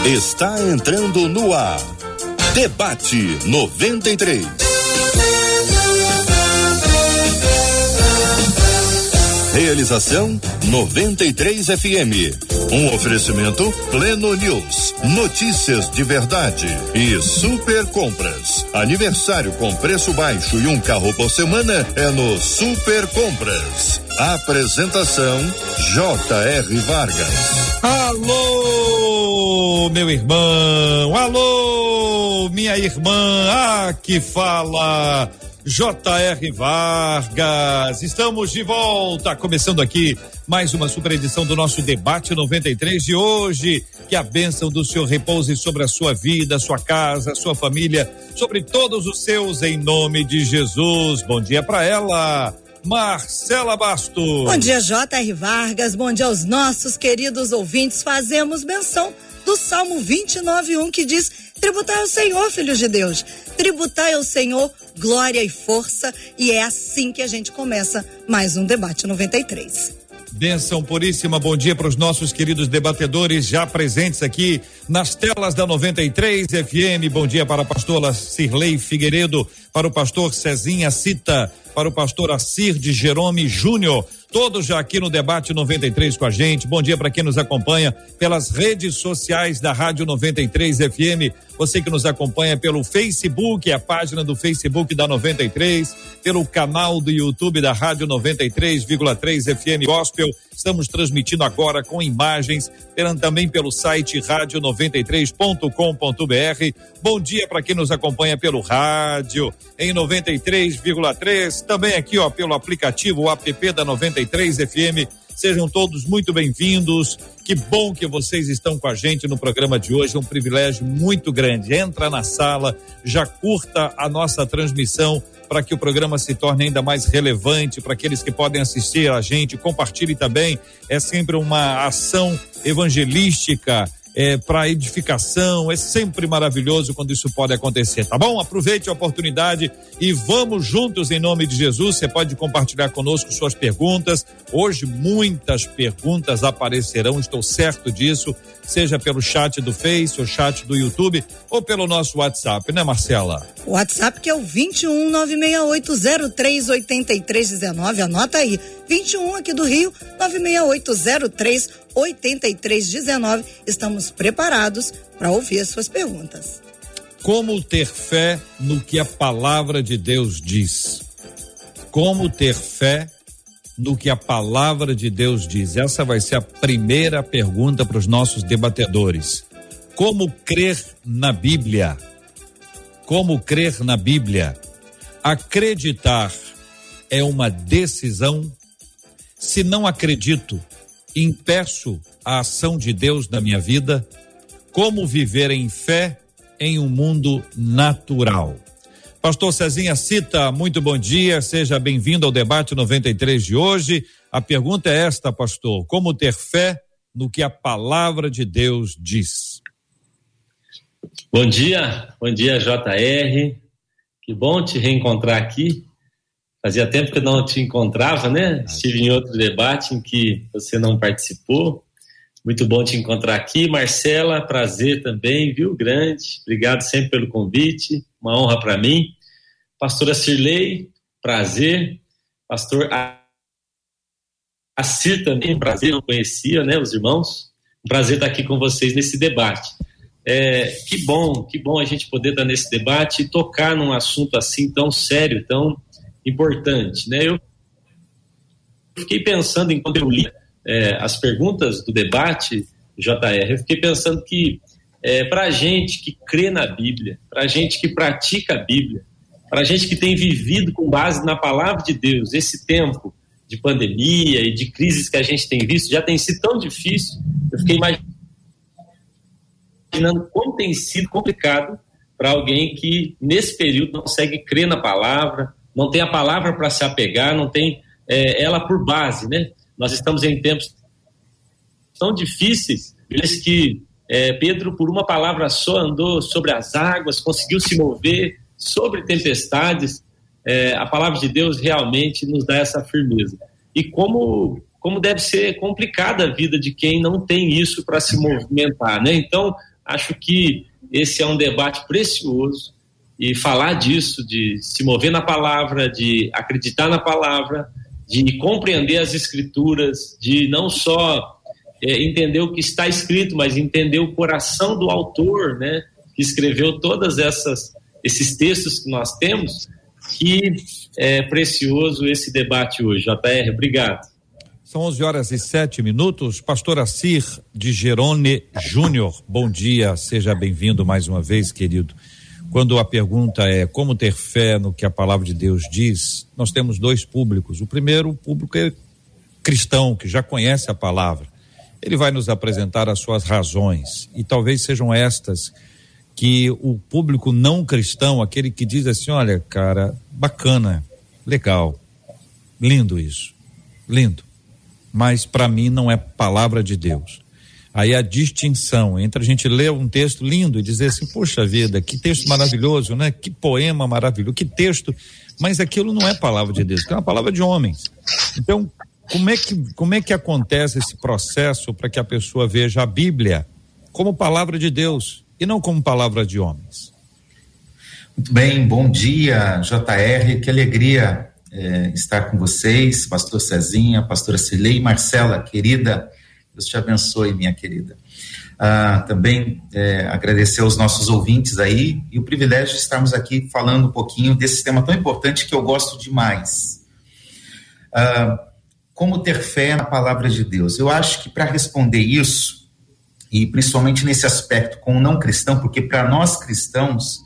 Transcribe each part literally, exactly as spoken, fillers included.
Está entrando no ar. Debate noventa e três. Realização noventa e três F M. Um oferecimento Pleno News. Notícias de verdade e Super Compras. Aniversário com preço baixo e um carro por semana é no Super Compras. Apresentação J R Vargas. Alô, meu irmão. Alô, minha irmã. Ah, que fala J R Vargas. Estamos de volta, começando aqui mais uma super edição do nosso Debate noventa e três de hoje. Que a bênção do Senhor repouse sobre a sua vida, sua casa, sua família, sobre todos os seus, em nome de Jesus. Bom dia para ela, Marcela Bastos. Bom dia, J R Vargas. Bom dia aos nossos queridos ouvintes. Fazemos menção do Salmo vinte e nove, um, que diz: tributai ao Senhor, filhos de Deus, tributai ao Senhor glória e força. E é assim que a gente começa mais um Debate noventa e três. Bênção puríssima, bom dia para os nossos queridos debatedores já presentes aqui nas telas da noventa e três F M. Bom dia para a pastora Cirlei Figueiredo, para o pastor Cezinha Cita, para o pastor Assir de Jerome Júnior, todos já aqui no Debate noventa e três com a gente. Bom dia para quem nos acompanha pelas redes sociais da Rádio noventa e três F M, você que nos acompanha pelo Facebook, a página do Facebook da noventa e três, pelo canal do YouTube da Rádio noventa e três vírgula três F M Gospel. Estamos transmitindo agora com imagens, também pelo site rádio noventa e três ponto com ponto b r. Bom dia para quem nos acompanha pelo rádio em noventa e três vírgula três, também aqui, ó, pelo aplicativo, o app da noventa e três F M. Sejam todos muito bem-vindos. Que bom que vocês estão com a gente no programa de hoje. É um privilégio muito grande. Entra na sala, já curta a nossa transmissão para que o programa se torne ainda mais relevante para aqueles que podem assistir a gente. Compartilhe também. É sempre uma ação evangelística, é, para edificação. É sempre maravilhoso quando isso pode acontecer, tá bom? Aproveite a oportunidade e vamos juntos em nome de Jesus. Você pode compartilhar conosco suas perguntas. Hoje muitas perguntas aparecerão, estou certo disso, seja pelo chat do Face, ou chat do YouTube, ou pelo nosso WhatsApp, né, Marcela? O WhatsApp que é o vinte e um, nove seis oito, zero três oito três um nove, anota aí, vinte e um aqui do Rio, nove seis oito, zero três oito três um nove. Estamos preparados para ouvir as suas perguntas. Como ter fé no que a palavra de Deus diz? Como ter fé no que a palavra de Deus diz? Essa vai ser a primeira pergunta para os nossos debatedores. Como crer na Bíblia? Como crer na Bíblia? Acreditar é uma decisão. Se não acredito, impeço a ação de Deus na minha vida. Como viver em fé em um mundo natural? Pastor Cezinha Cita, muito bom dia, seja bem-vindo ao Debate noventa e três de hoje. A pergunta é esta, pastor: como ter fé no que a palavra de Deus diz? Bom dia, bom dia, J R, que bom te reencontrar aqui. Fazia tempo que eu não te encontrava, né? Estive em outro debate em que você não participou. Muito bom te encontrar aqui. Marcela, prazer também, viu? Grande. Obrigado sempre pelo convite. Uma honra para mim. Pastora Cirlei, prazer. Pastor Assir também, prazer. Não conhecia, né, os irmãos? Um prazer estar aqui com vocês nesse debate. É, que bom, que bom a gente poder estar nesse debate e tocar num assunto assim tão sério, tão importante, né? Eu fiquei pensando, enquanto eu li é, as perguntas do debate, J R, eu fiquei pensando que é, para a gente que crê na Bíblia, para a gente que pratica a Bíblia, para a gente que tem vivido com base na palavra de Deus, esse tempo de pandemia e de crises que a gente tem visto, já tem sido tão difícil. Eu fiquei imaginando como tem sido complicado para alguém que nesse período não consegue crer na palavra, não tem a palavra para se apegar, não tem é, ela por base, né? Nós estamos em tempos tão difíceis, eles que é, Pedro, por uma palavra só, andou sobre as águas, conseguiu se mover sobre tempestades. É, a palavra de Deus realmente nos dá essa firmeza. E como, como deve ser complicada a vida de quem não tem isso para se movimentar, né? Então, Acho que esse é um debate precioso e falar disso, de se mover na palavra, de acreditar na palavra, de compreender as escrituras, de não só é, entender o que está escrito, mas entender o coração do autor, né, que escreveu todas essas esses textos que nós temos. Que é precioso esse debate hoje. J R, obrigado. São onze horas e sete minutos. Pastor Assir de Gerone Júnior, bom dia, seja bem-vindo mais uma vez, querido. Quando a pergunta é como ter fé no que a palavra de Deus diz, nós temos dois públicos. O primeiro, o público é cristão, que já conhece a palavra. Ele vai nos apresentar as suas razões, e talvez sejam estas que o público não cristão, aquele que diz assim, olha, cara, bacana, legal, lindo isso, lindo, mas para mim não é palavra de Deus. Aí a distinção entre a gente ler um texto lindo e dizer assim, poxa vida, que texto maravilhoso, né? Que poema maravilhoso, que texto, mas aquilo não é palavra de Deus, é uma palavra de homens. Então, como é que, como é que acontece esse processo para que a pessoa veja a Bíblia como palavra de Deus e não como palavra de homens? Muito bem, bom dia, J R, que alegria é, estar com vocês, pastor Cezinha, pastora Cirlei, Marcela, querida, Deus te abençoe, minha querida. Ah, também é, agradecer aos nossos ouvintes aí e o privilégio de estarmos aqui falando um pouquinho desse tema tão importante que eu gosto demais. Ah, como ter fé na palavra de Deus? Eu acho que para responder isso, e principalmente nesse aspecto com o não cristão, porque para nós cristãos,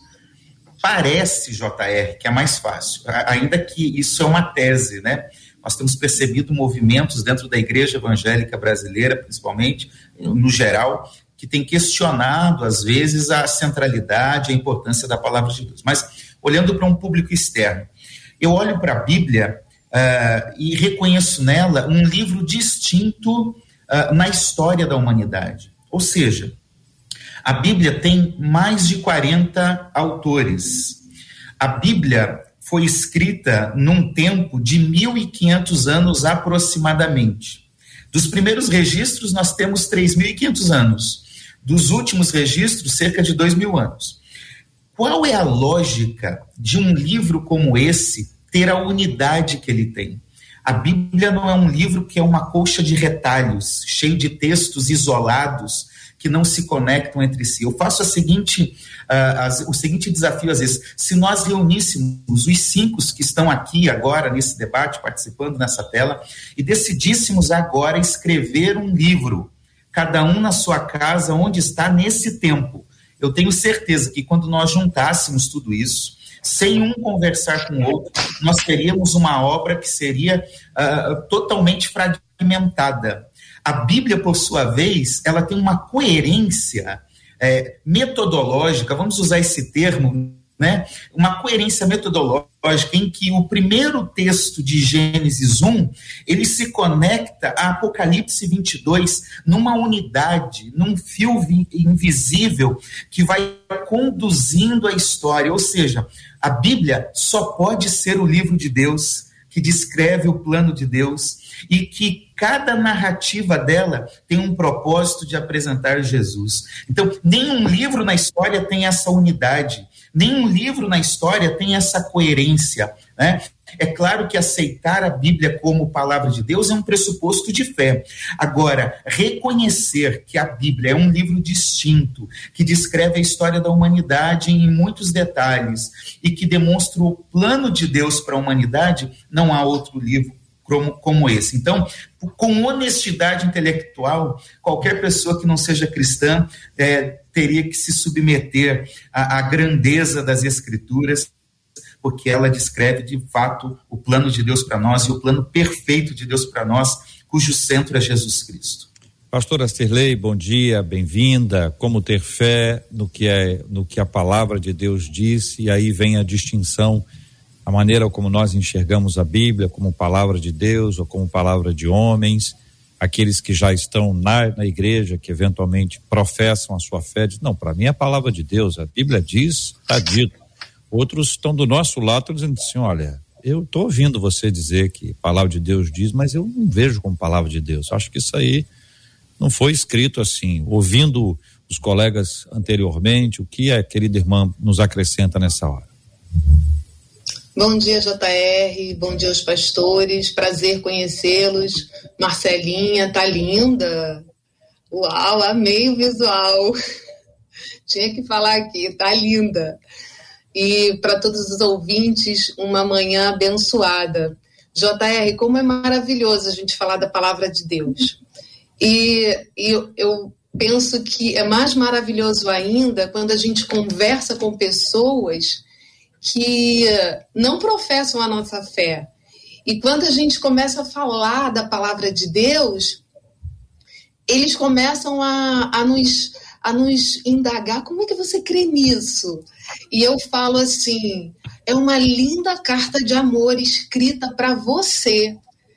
parece, J R, que é mais fácil, ainda que isso é uma tese, né? Nós temos percebido movimentos dentro da igreja evangélica brasileira, principalmente, no geral, que tem questionado, às vezes, a centralidade, a importância da palavra de Deus. Mas, olhando para um público externo, eu olho para a Bíblia uh, e reconheço nela um livro distinto uh, na história da humanidade. Ou seja, a Bíblia tem mais de quarenta autores. A Bíblia foi escrita num tempo de mil e quinhentos anos aproximadamente. Dos primeiros registros, nós temos três mil e quinhentos anos. Dos últimos registros, cerca de dois mil anos. Qual é a lógica de um livro como esse ter a unidade que ele tem? A Bíblia não é um livro que é uma colcha de retalhos, cheio de textos isolados, que não se conectam entre si. Eu faço a seguinte, uh, as, o seguinte desafio às vezes, se nós reuníssemos os cinco que estão aqui agora nesse debate, participando nessa tela, e decidíssemos agora escrever um livro, cada um na sua casa, onde está nesse tempo, eu tenho certeza que quando nós juntássemos tudo isso, sem um conversar com o outro, nós teríamos uma obra que seria uh, totalmente fragmentada. A Bíblia, por sua vez, ela tem uma coerência é, metodológica, vamos usar esse termo, né? Uma coerência metodológica em que o primeiro texto de Gênesis um, ele se conecta a Apocalipse vinte e dois numa unidade, num fio invisível que vai conduzindo a história. Ou seja, a Bíblia só pode ser o livro de Deus que descreve o plano de Deus e que cada narrativa dela tem um propósito de apresentar Jesus. Então, nenhum livro na história tem essa unidade, nenhum livro na história tem essa coerência, né? É claro que aceitar a Bíblia como palavra de Deus é um pressuposto de fé. Agora, reconhecer que a Bíblia é um livro distinto, que descreve a história da humanidade em muitos detalhes e que demonstra o plano de Deus para a humanidade, não há outro livro como, como esse. Então, com honestidade intelectual, qualquer pessoa que não seja cristã é, teria que se submeter à, à grandeza das Escrituras, porque ela descreve, de fato, o plano de Deus para nós e o plano perfeito de Deus para nós, cujo centro é Jesus Cristo. Pastora Cirlei, bom dia, bem-vinda. Como ter fé no que é, no que a palavra de Deus diz, e aí vem a distinção, a maneira como nós enxergamos a Bíblia, como palavra de Deus ou como palavra de homens, aqueles que já estão na, na igreja, que eventualmente professam a sua fé, dizem, não, para mim é a palavra de Deus, a Bíblia diz, está dito. Outros estão do nosso lado dizendo assim, olha, eu estou ouvindo você dizer que a palavra de Deus diz, mas eu não vejo como palavra de Deus. Acho que isso aí não foi escrito assim. Ouvindo os colegas anteriormente. O que a querida irmã nos acrescenta nessa hora? Bom dia, J R, bom dia aos pastores, prazer conhecê-los. Marcelinha, tá linda. Uau, amei o visual. Tinha que falar aqui, tá linda. E para todos os ouvintes, uma manhã abençoada. J R, como é maravilhoso a gente falar da palavra de Deus. E, e eu, eu penso que é mais maravilhoso ainda quando a gente conversa com pessoas que não professam a nossa fé. E quando a gente começa a falar da palavra de Deus, eles começam a, a, nos, a nos indagar, como é que você crê nisso? E eu falo assim, é uma linda carta de amor escrita para você.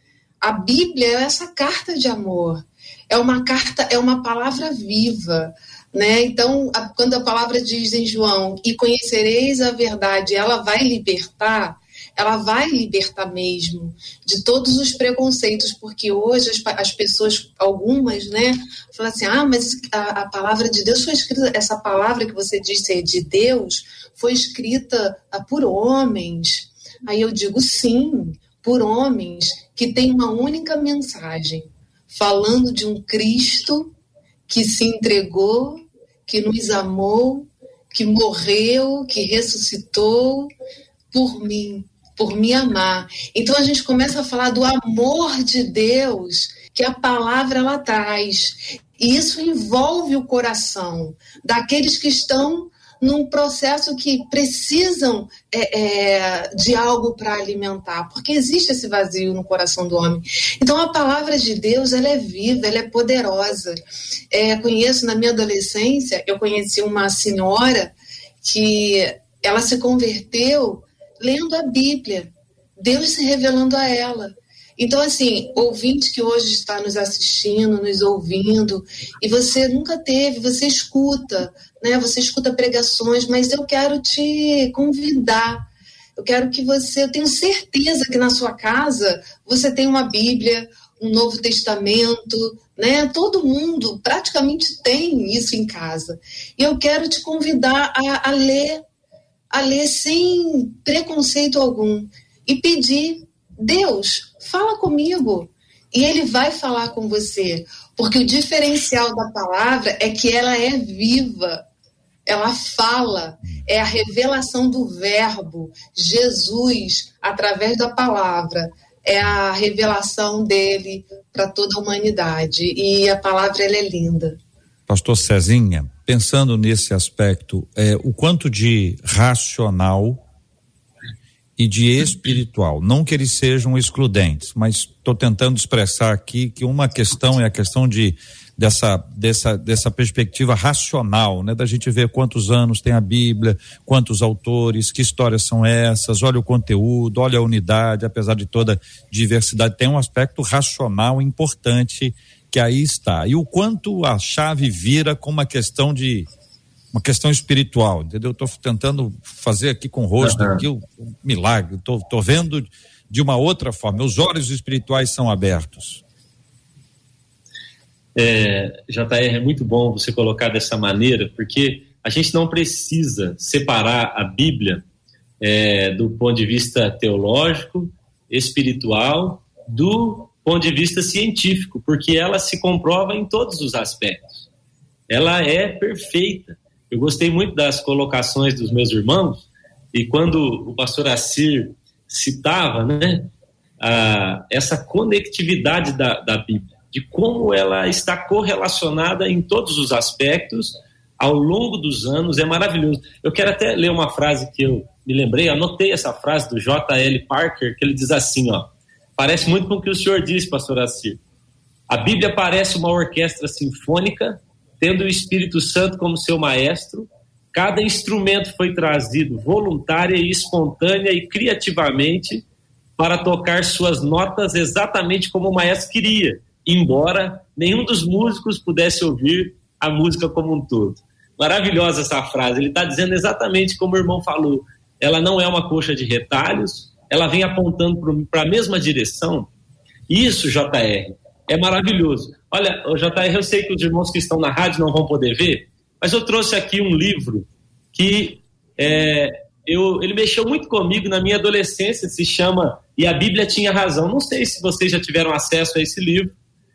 A Bíblia é essa carta de amor. É uma carta, é uma palavra viva. Né? Então, a, quando a palavra diz em João, e conhecereis a verdade, ela vai libertar, ela vai libertar mesmo de todos os preconceitos, porque hoje as, as pessoas, algumas, né, falam assim, ah, mas a, a palavra de Deus foi escrita, essa palavra que você diz ser de Deus, foi escrita por homens. Aí eu digo sim, por homens que têm uma única mensagem, falando de um Cristo que se entregou, que nos amou, que morreu, que ressuscitou por mim, por me amar. Então a gente começa a falar do amor de Deus que a palavra ela traz. E isso envolve o coração daqueles que estão num processo que precisam é, é, de algo para alimentar, porque existe esse vazio no coração do homem. Então a palavra de Deus, ela é viva, ela é poderosa. É, conheço na minha adolescência, eu conheci uma senhora que ela se converteu lendo a Bíblia, Deus se revelando a ela. Então, assim, ouvinte que hoje está nos assistindo, nos ouvindo, e você nunca teve, você escuta, né? Você escuta pregações, mas eu quero te convidar, eu quero que você, eu tenho certeza que na sua casa você tem uma Bíblia, um Novo Testamento, né? Todo mundo praticamente tem isso em casa. E eu quero te convidar a, a ler, a ler sem preconceito algum, e pedir, Deus, fala comigo. E ele vai falar com você, porque o diferencial da palavra é que ela é viva, ela fala, é a revelação do verbo, Jesus, através da palavra, é a revelação dele para toda a humanidade, e a palavra ela é linda. Pastor Cezinha, pensando nesse aspecto, é, o quanto de racional e de espiritual, não que eles sejam excludentes, mas estou tentando expressar aqui que uma questão é a questão de dessa, dessa, dessa perspectiva racional, né? Da gente ver quantos anos tem a Bíblia, quantos autores, que histórias são essas, olha o conteúdo, olha a unidade, apesar de toda diversidade, tem um aspecto racional importante que aí está. E o quanto a chave vira com uma questão de uma questão espiritual, entendeu? Estou tentando fazer aqui com o rosto uhum. aqui o, o milagre, estou vendo de uma outra forma, os olhos espirituais são abertos. É, J R, é muito bom você colocar dessa maneira, porque a gente não precisa separar a Bíblia é, do ponto de vista teológico, espiritual, do ponto de vista científico, porque ela se comprova em todos os aspectos. Ela é perfeita. Eu gostei muito das colocações dos meus irmãos, e quando o pastor Assir citava, né, a, essa conectividade da, da Bíblia, de como ela está correlacionada em todos os aspectos ao longo dos anos, é maravilhoso. Eu quero até ler uma frase que eu me lembrei, anotei essa frase do J L Parker, que ele diz assim, ó, parece muito com o que o senhor disse, pastor Assir. A Bíblia parece uma orquestra sinfônica, tendo o Espírito Santo como seu maestro. Cada instrumento foi trazido voluntária e espontânea e criativamente para tocar suas notas exatamente como o maestro queria, embora nenhum dos músicos pudesse ouvir a música como um todo. Maravilhosa essa frase, ele está dizendo exatamente como o irmão falou, ela não é uma coxa de retalhos, ela vem apontando para a mesma direção. Isso, J R, é maravilhoso. Olha, J R, eu sei que os irmãos que estão na rádio não vão poder ver, Mas eu trouxe aqui um livro que é, eu, ele mexeu muito comigo na minha adolescência, se chama E a Bíblia Tinha Razão. Não sei se vocês já tiveram acesso a esse livro.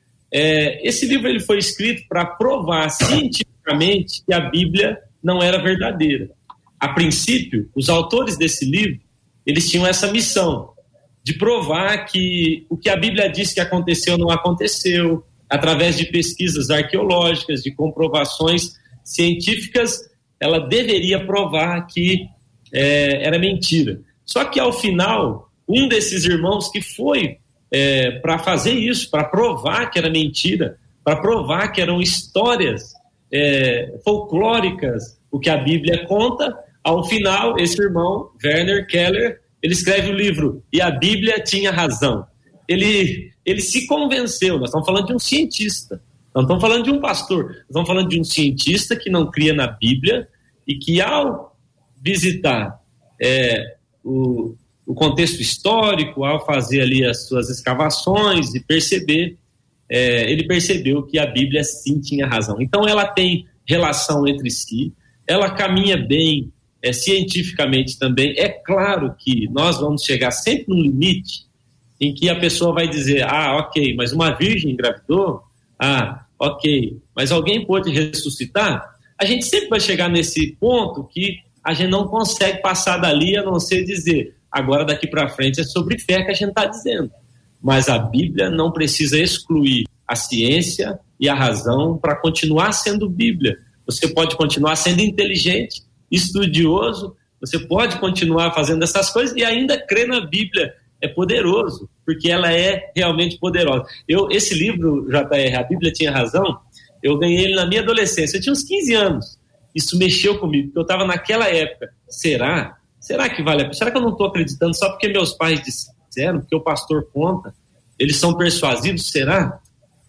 É, esse livro ele foi escrito para provar cientificamente que a Bíblia não era verdadeira. A princípio, os autores desse livro, eles tinham essa missão de provar que o que a Bíblia diz que aconteceu não aconteceu, através de pesquisas arqueológicas, de comprovações científicas, ela deveria provar que é, era mentira. Só que, ao final, um desses irmãos que foi é, para fazer isso, para provar que era mentira, para provar que eram histórias é, folclóricas, o que a Bíblia conta, ao final, esse irmão, Werner Keller, ele escreve o livro E a Bíblia Tinha Razão. Ele, ele se convenceu, nós estamos falando de um cientista, não estamos falando de um pastor, nós estamos falando de um cientista que não cria na Bíblia e que, ao visitar é, o, o contexto histórico, ao fazer ali as suas escavações e perceber, é, ele percebeu que a Bíblia sim tinha razão. Então ela tem relação entre si, ela caminha bem é, cientificamente também. É claro que nós vamos chegar sempre num limite em que a pessoa vai dizer, ah, ok, mas uma virgem engravidou? Ah, ok, mas alguém pode ressuscitar? A gente sempre vai chegar nesse ponto que a gente não consegue passar dali a não ser dizer, agora daqui para frente é sobre fé que a gente está dizendo. Mas a Bíblia não precisa excluir a ciência e a razão para continuar sendo Bíblia. Você pode continuar sendo inteligente, estudioso, você pode continuar fazendo essas coisas e ainda crer na Bíblia. É poderoso, porque ela é realmente poderosa. Eu, esse livro, J R, A Bíblia Tinha Razão, eu ganhei ele na minha adolescência, eu tinha uns quinze anos. Isso mexeu comigo, porque eu estava naquela época. Será? Será que vale a pena? Será que eu não estou acreditando só porque meus pais disseram, porque o pastor conta? Eles são persuasivos? Será?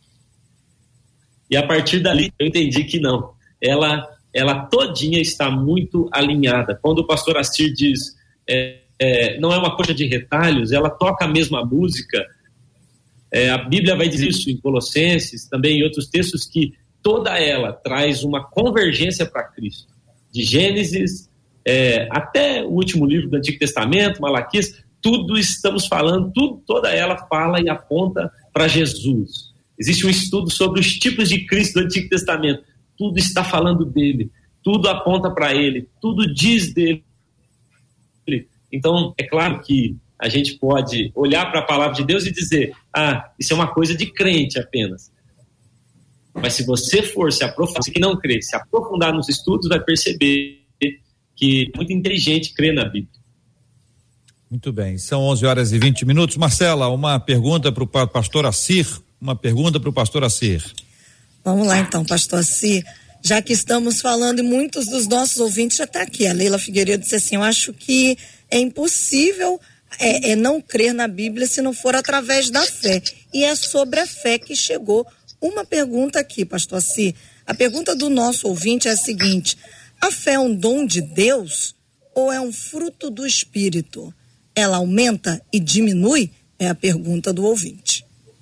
E a partir dali eu entendi que não. Ela, ela todinha está muito alinhada. Quando o pastor Assir diz... É, É, não é uma coisa de retalhos, ela toca a mesma música. É, a Bíblia vai dizer isso em Colossenses, também em outros textos, que toda ela traz uma convergência para Cristo. De Gênesis é, até o último livro do Antigo Testamento, Malaquias, tudo estamos falando, tudo, toda ela fala e aponta para Jesus. Existe um estudo sobre os tipos de Cristo do Antigo Testamento. Tudo está falando dele, tudo aponta para ele, tudo diz dele. Então, é claro que a gente pode olhar para a palavra de Deus e dizer, ah, isso é uma coisa de crente apenas. Mas se você for se aprofundar, se que não crê, se aprofundar nos estudos, vai perceber que é muito inteligente crer na Bíblia. Muito bem, são onze horas e vinte minutos. Marcela, uma pergunta para o pastor Assir, uma pergunta para o pastor Assir. Vamos lá então, pastor Assir. Já que estamos falando e muitos dos nossos ouvintes já estão aqui. A Leila Figueiredo disse assim, eu acho que é impossível é, é não crer na Bíblia se não for através da fé. E é sobre a fé que chegou uma pergunta aqui, pastor Assir. A pergunta do nosso ouvinte é a seguinte, a fé é um dom de Deus ou é um fruto do Espírito? Ela aumenta e diminui? É a pergunta do ouvinte.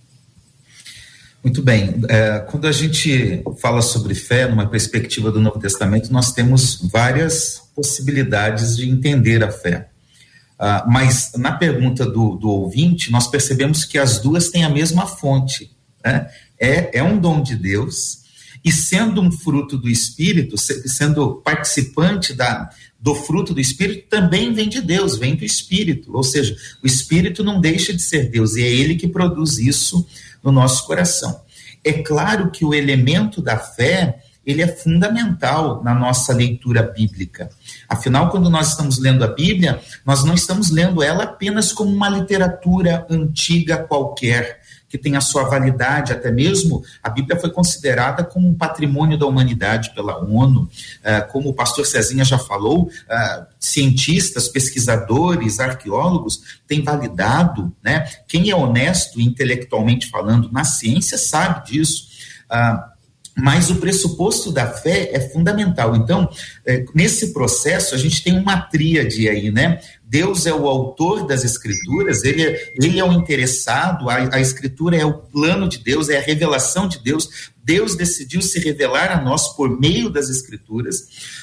Muito bem, é, quando a gente fala sobre fé, numa perspectiva do Novo Testamento, nós temos várias possibilidades de entender a fé. Ah, mas na pergunta do, do ouvinte, nós percebemos que as duas têm a mesma fonte, né? É, é um dom de Deus, e sendo um fruto do Espírito, sendo participante da, do fruto do Espírito, também vem de Deus, vem do Espírito, ou seja, o Espírito não deixa de ser Deus, e é Ele que produz isso no nosso coração. É claro que o elemento da fé, ele é fundamental na nossa leitura bíblica. Afinal, quando nós estamos lendo a Bíblia, nós não estamos lendo ela apenas como uma literatura antiga qualquer, que tem a sua validade, até mesmo a Bíblia foi considerada como um patrimônio da humanidade pela ONU, como o pastor Cezinha já falou, cientistas, pesquisadores, arqueólogos têm validado, né? Quem é honesto intelectualmente falando na ciência sabe disso. mas o pressuposto da fé é fundamental. Então, é, nesse processo, a gente tem uma tríade aí, né? Deus é o autor das Escrituras, ele é, ele é o interessado, a, a Escritura é o plano de Deus, é a revelação de Deus. Deus decidiu se revelar a nós por meio das Escrituras.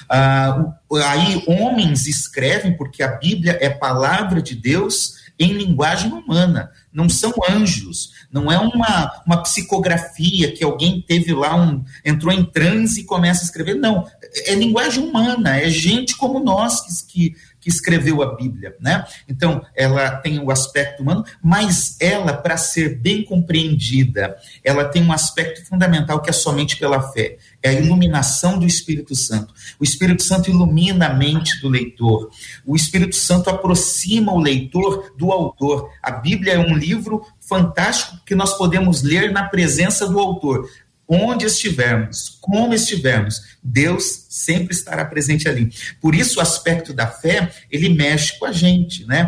Ah, aí homens escrevem, porque a Bíblia é palavra de Deus em linguagem humana, não são anjos, não é uma, uma psicografia que alguém teve lá, um, entrou em transe e começa a escrever, não, é linguagem humana, é gente como nós que, que, que escreveu a Bíblia, né? Então, ela tem o aspecto humano, mas ela, para ser bem compreendida, ela tem um aspecto fundamental que é somente pela fé, é a iluminação do Espírito Santo. O Espírito Santo ilumina a mente do leitor, o Espírito Santo aproxima o leitor do autor. A Bíblia é um livro fantástico que nós podemos ler na presença do autor. Onde estivermos, como estivermos, Deus sempre estará presente ali. Por isso, o aspecto da fé, ele mexe com a gente, né?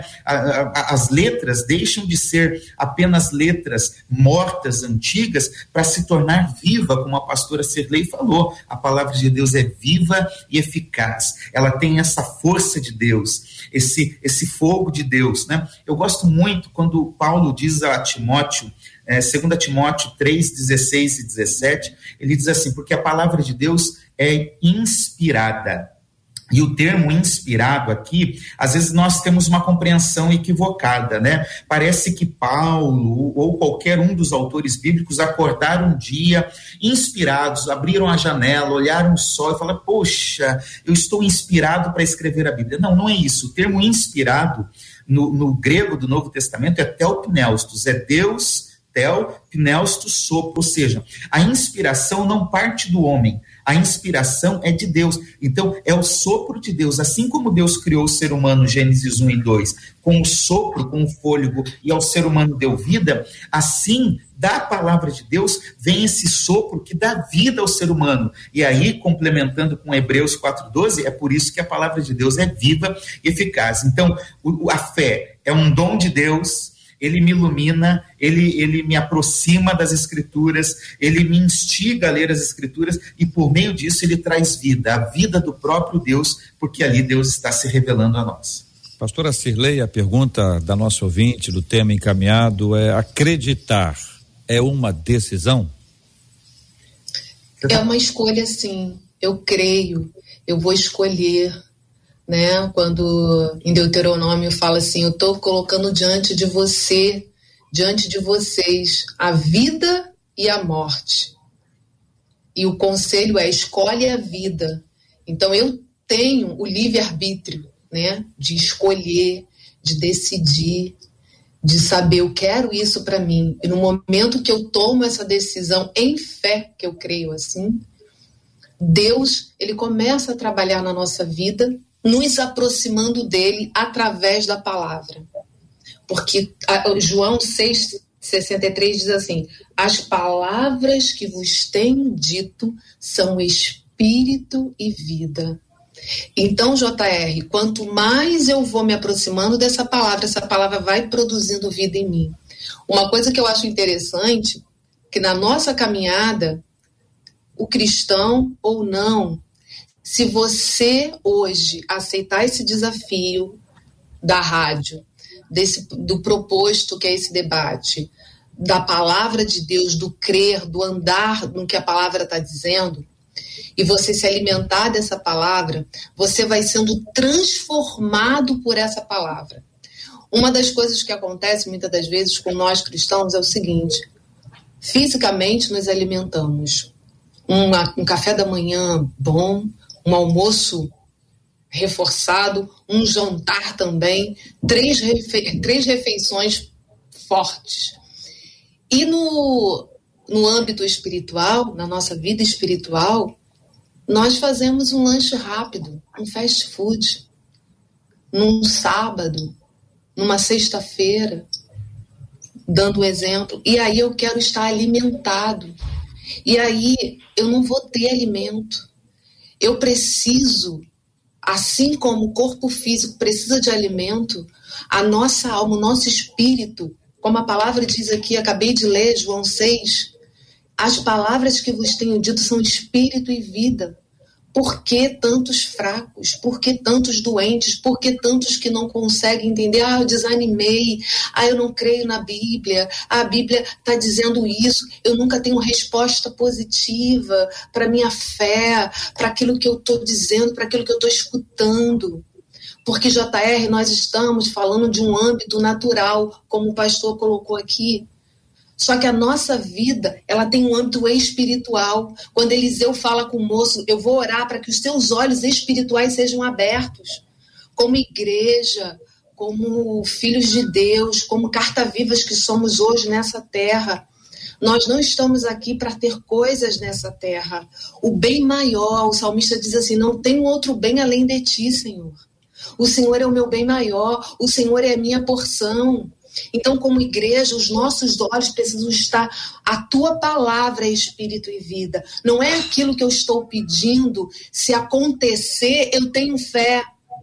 As letras deixam de ser apenas letras mortas, antigas, para se tornar viva, como a pastora Sirlei falou. A palavra de Deus é viva e eficaz. Ela tem essa força de Deus, esse, esse fogo de Deus, né? Eu gosto muito quando Paulo diz a Timóteo, É, segundo Timóteo três, dezesseis e dezessete, ele diz assim, porque a palavra de Deus é inspirada. E o termo inspirado aqui, às vezes nós temos uma compreensão equivocada, né? Parece que Paulo ou qualquer um dos autores bíblicos acordaram um dia inspirados, abriram a janela, olharam o sol e falaram, poxa, eu estou inspirado para escrever a Bíblia. Não, não é isso. O termo inspirado, no, no grego do Novo Testamento, é theopneustos, é Deus... Tel, pneustos, sopro, ou seja, a inspiração não parte do homem, a inspiração é de Deus, então é o sopro de Deus, assim como Deus criou o ser humano, Gênesis um e dois, com o sopro, com o fôlego, e ao ser humano deu vida, assim, da palavra de Deus, vem esse sopro que dá vida ao ser humano, e aí, complementando com Hebreus quatro, doze, é por isso que a palavra de Deus é viva e eficaz. Então, o, a fé é um dom de Deus, ele me ilumina, ele, ele me aproxima das Escrituras, ele me instiga a ler as Escrituras, e por meio disso ele traz vida, a vida do próprio Deus, porque ali Deus está se revelando a nós. Pastora Sirlei, a pergunta da nossa ouvinte, do tema encaminhado, é: acreditar é uma decisão? É uma escolha, sim. Eu creio, eu vou escolher, né? Quando em Deuteronômio fala assim, eu estou colocando diante de você, diante de vocês, a vida e a morte. E o conselho é, escolhe a vida. Então eu tenho o livre-arbítrio, né? De escolher, de decidir, de saber, eu quero isso para mim. E no momento que eu tomo essa decisão em fé, que eu creio assim, Deus, ele começa a trabalhar na nossa vida, nos aproximando dele através da palavra. Porque a, João seis, sessenta e três diz assim, as palavras que vos tenho dito são espírito e vida. Então, J R, quanto mais eu vou me aproximando dessa palavra, essa palavra vai produzindo vida em mim. Uma coisa que eu acho interessante, que na nossa caminhada, o cristão ou não, se você hoje aceitar esse desafio da rádio, desse, do proposto que é esse debate, da palavra de Deus, do crer, do andar no que a palavra está dizendo, e você se alimentar dessa palavra, você vai sendo transformado por essa palavra. Uma das coisas que acontece muitas das vezes com nós cristãos é o seguinte, fisicamente nos alimentamos. Uma, um café da manhã bom, um almoço reforçado, um jantar também, três, refe- três refeições fortes. E no, no âmbito espiritual, na nossa vida espiritual, nós fazemos um lanche rápido, um fast food, num sábado, numa sexta-feira, dando um exemplo. E aí eu quero estar alimentado. E aí eu não vou ter alimento. Eu preciso, assim como o corpo físico precisa de alimento, a nossa alma, o nosso espírito, como a palavra diz aqui, acabei de ler, João seis, As palavras que vos tenho dito são espírito e vida. Por que tantos fracos? Por que tantos doentes? Por que tantos que não conseguem entender? Ah, eu desanimei. Ah, eu não creio na Bíblia. Ah, a Bíblia está dizendo isso. Eu nunca tenho resposta positiva para minha fé, para aquilo que eu estou dizendo, para aquilo que eu estou escutando. Porque, J R, nós estamos falando de um âmbito natural, como o pastor colocou aqui. Só que a nossa vida, ela tem um âmbito espiritual. Quando Eliseu fala com o moço, eu vou orar para que os seus olhos espirituais sejam abertos. Como igreja, como filhos de Deus, como carta-vivas que somos hoje nessa terra. Nós não estamos aqui para ter coisas nessa terra. O bem maior, o salmista diz assim, não tem outro bem além de ti, Senhor. O Senhor é o meu bem maior, o Senhor é a minha porção. Então, como igreja, os nossos olhos precisam estar, a tua palavra é espírito e vida. Não é aquilo que eu estou pedindo, se acontecer, eu tenho fé.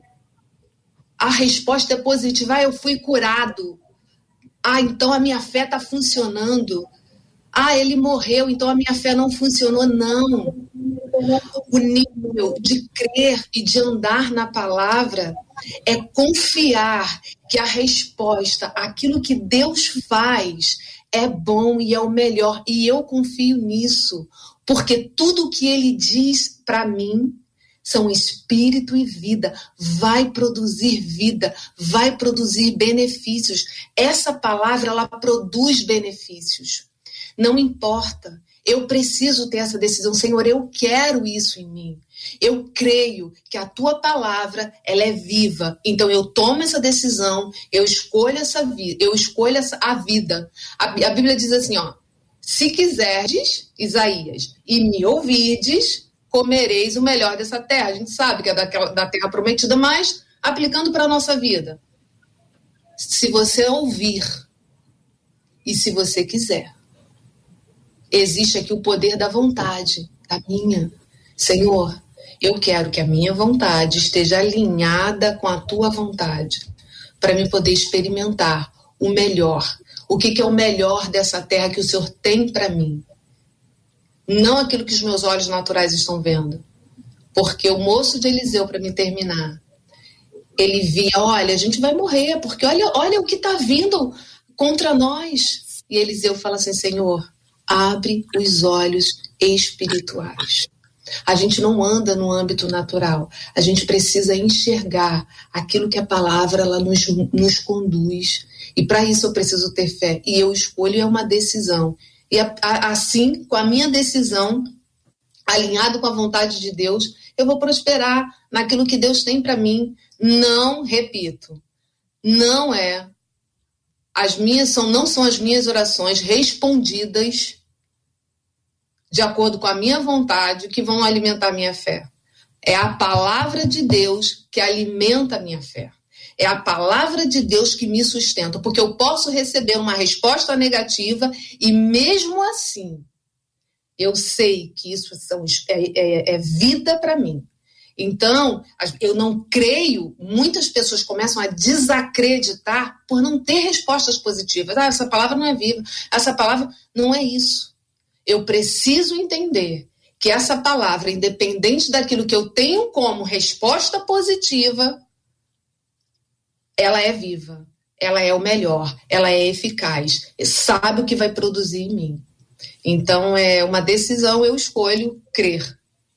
A resposta é positiva, ah, eu fui curado. Ah, então a minha fé está funcionando. Ah, ele morreu, então a minha fé não funcionou. Não. O nível de crer e de andar na palavra é confiar que a resposta, aquilo que Deus faz, é bom e é o melhor. E eu confio nisso, porque tudo que Ele diz para mim são espírito e vida. Vai produzir vida, vai produzir benefícios. Essa palavra, ela produz benefícios. Não importa. Eu preciso ter essa decisão. Senhor, eu quero isso em mim. Eu creio que a tua palavra, ela é viva. Então eu tomo essa decisão, eu escolho essa vida, eu escolho essa, a vida. A, a Bíblia diz assim, ó, se quiserdes, Isaías, e me ouvides, comereis o melhor dessa terra. A gente sabe que é daquela, da terra prometida, mas aplicando para a nossa vida. Se você ouvir e se você quiser. Existe aqui o poder da vontade, a minha. Senhor, eu quero que a minha vontade esteja alinhada com a tua vontade, para me poder experimentar o melhor. O que, que é o melhor dessa terra que o Senhor tem para mim? Não aquilo que os meus olhos naturais estão vendo. Porque o moço de Eliseu, para me terminar, ele via, olha, a gente vai morrer, porque olha, olha o que está vindo contra nós. E Eliseu fala assim, Senhor, abre os olhos espirituais. A gente não anda no âmbito natural. A gente precisa enxergar aquilo que a palavra ela nos, nos conduz. E para isso eu preciso ter fé. E eu escolho, é uma decisão. E a, a, assim, com a minha decisão, alinhado com a vontade de Deus, eu vou prosperar naquilo que Deus tem para mim. Não, repito, não é. As minhas são, não são as minhas orações respondidas de acordo com a minha vontade que vão alimentar a minha fé. É a palavra de Deus que alimenta a minha fé. É a palavra de Deus que me sustenta, porque eu posso receber uma resposta negativa e mesmo assim eu sei que isso são, é, é, é vida para mim. Então, eu não creio, muitas pessoas começam a desacreditar por não ter respostas positivas. Ah, essa palavra não é viva, essa palavra não é isso. Eu preciso entender que essa palavra, independente daquilo que eu tenho como resposta positiva, ela é viva, ela é o melhor, ela é eficaz, sabe o que vai produzir em mim. Então, é uma decisão, eu escolho crer.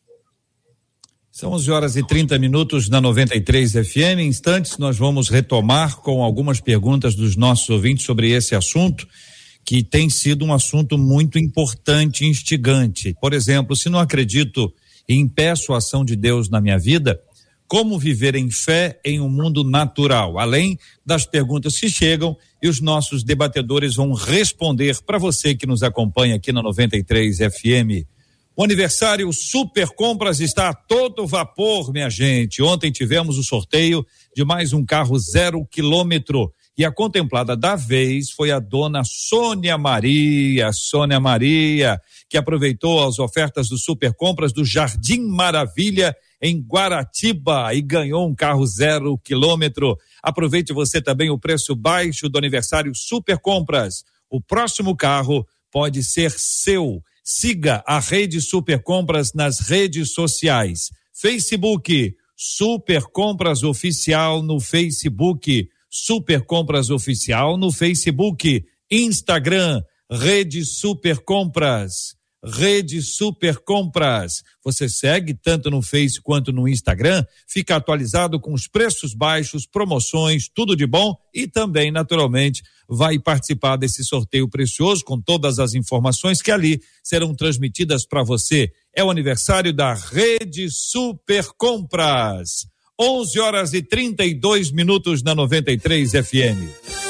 São onze horas e trinta minutos na noventa e três F M. Em instantes, nós vamos retomar com algumas perguntas dos nossos ouvintes sobre esse assunto, que tem sido um assunto muito importante e instigante. Por exemplo, se não acredito e impeço a ação de Deus na minha vida, como viver em fé em um mundo natural? Além das perguntas que chegam e os nossos debatedores vão responder para você que nos acompanha aqui na noventa e três F M. O aniversário Super Compras está a todo vapor, minha gente. Ontem tivemos o sorteio de mais um carro zero quilômetro. E a contemplada da vez foi a dona Sônia Maria, Sônia Maria, que aproveitou as ofertas do Super Compras do Jardim Maravilha em Guaratiba e ganhou um carro zero quilômetro. Aproveite você também o preço baixo do aniversário Super Compras. O próximo carro pode ser seu. Siga a Rede Super Compras nas redes sociais. Facebook, Super Compras Oficial no Facebook. Super Compras Oficial no Facebook. Instagram, Rede Super Compras. Rede Super Compras. Você segue tanto no Face quanto no Instagram, fica atualizado com os preços baixos, promoções, tudo de bom e também, naturalmente, vai participar desse sorteio precioso com todas as informações que ali serão transmitidas para você. É o aniversário da Rede Super Compras. onze horas e trinta e dois minutos na noventa e três F M.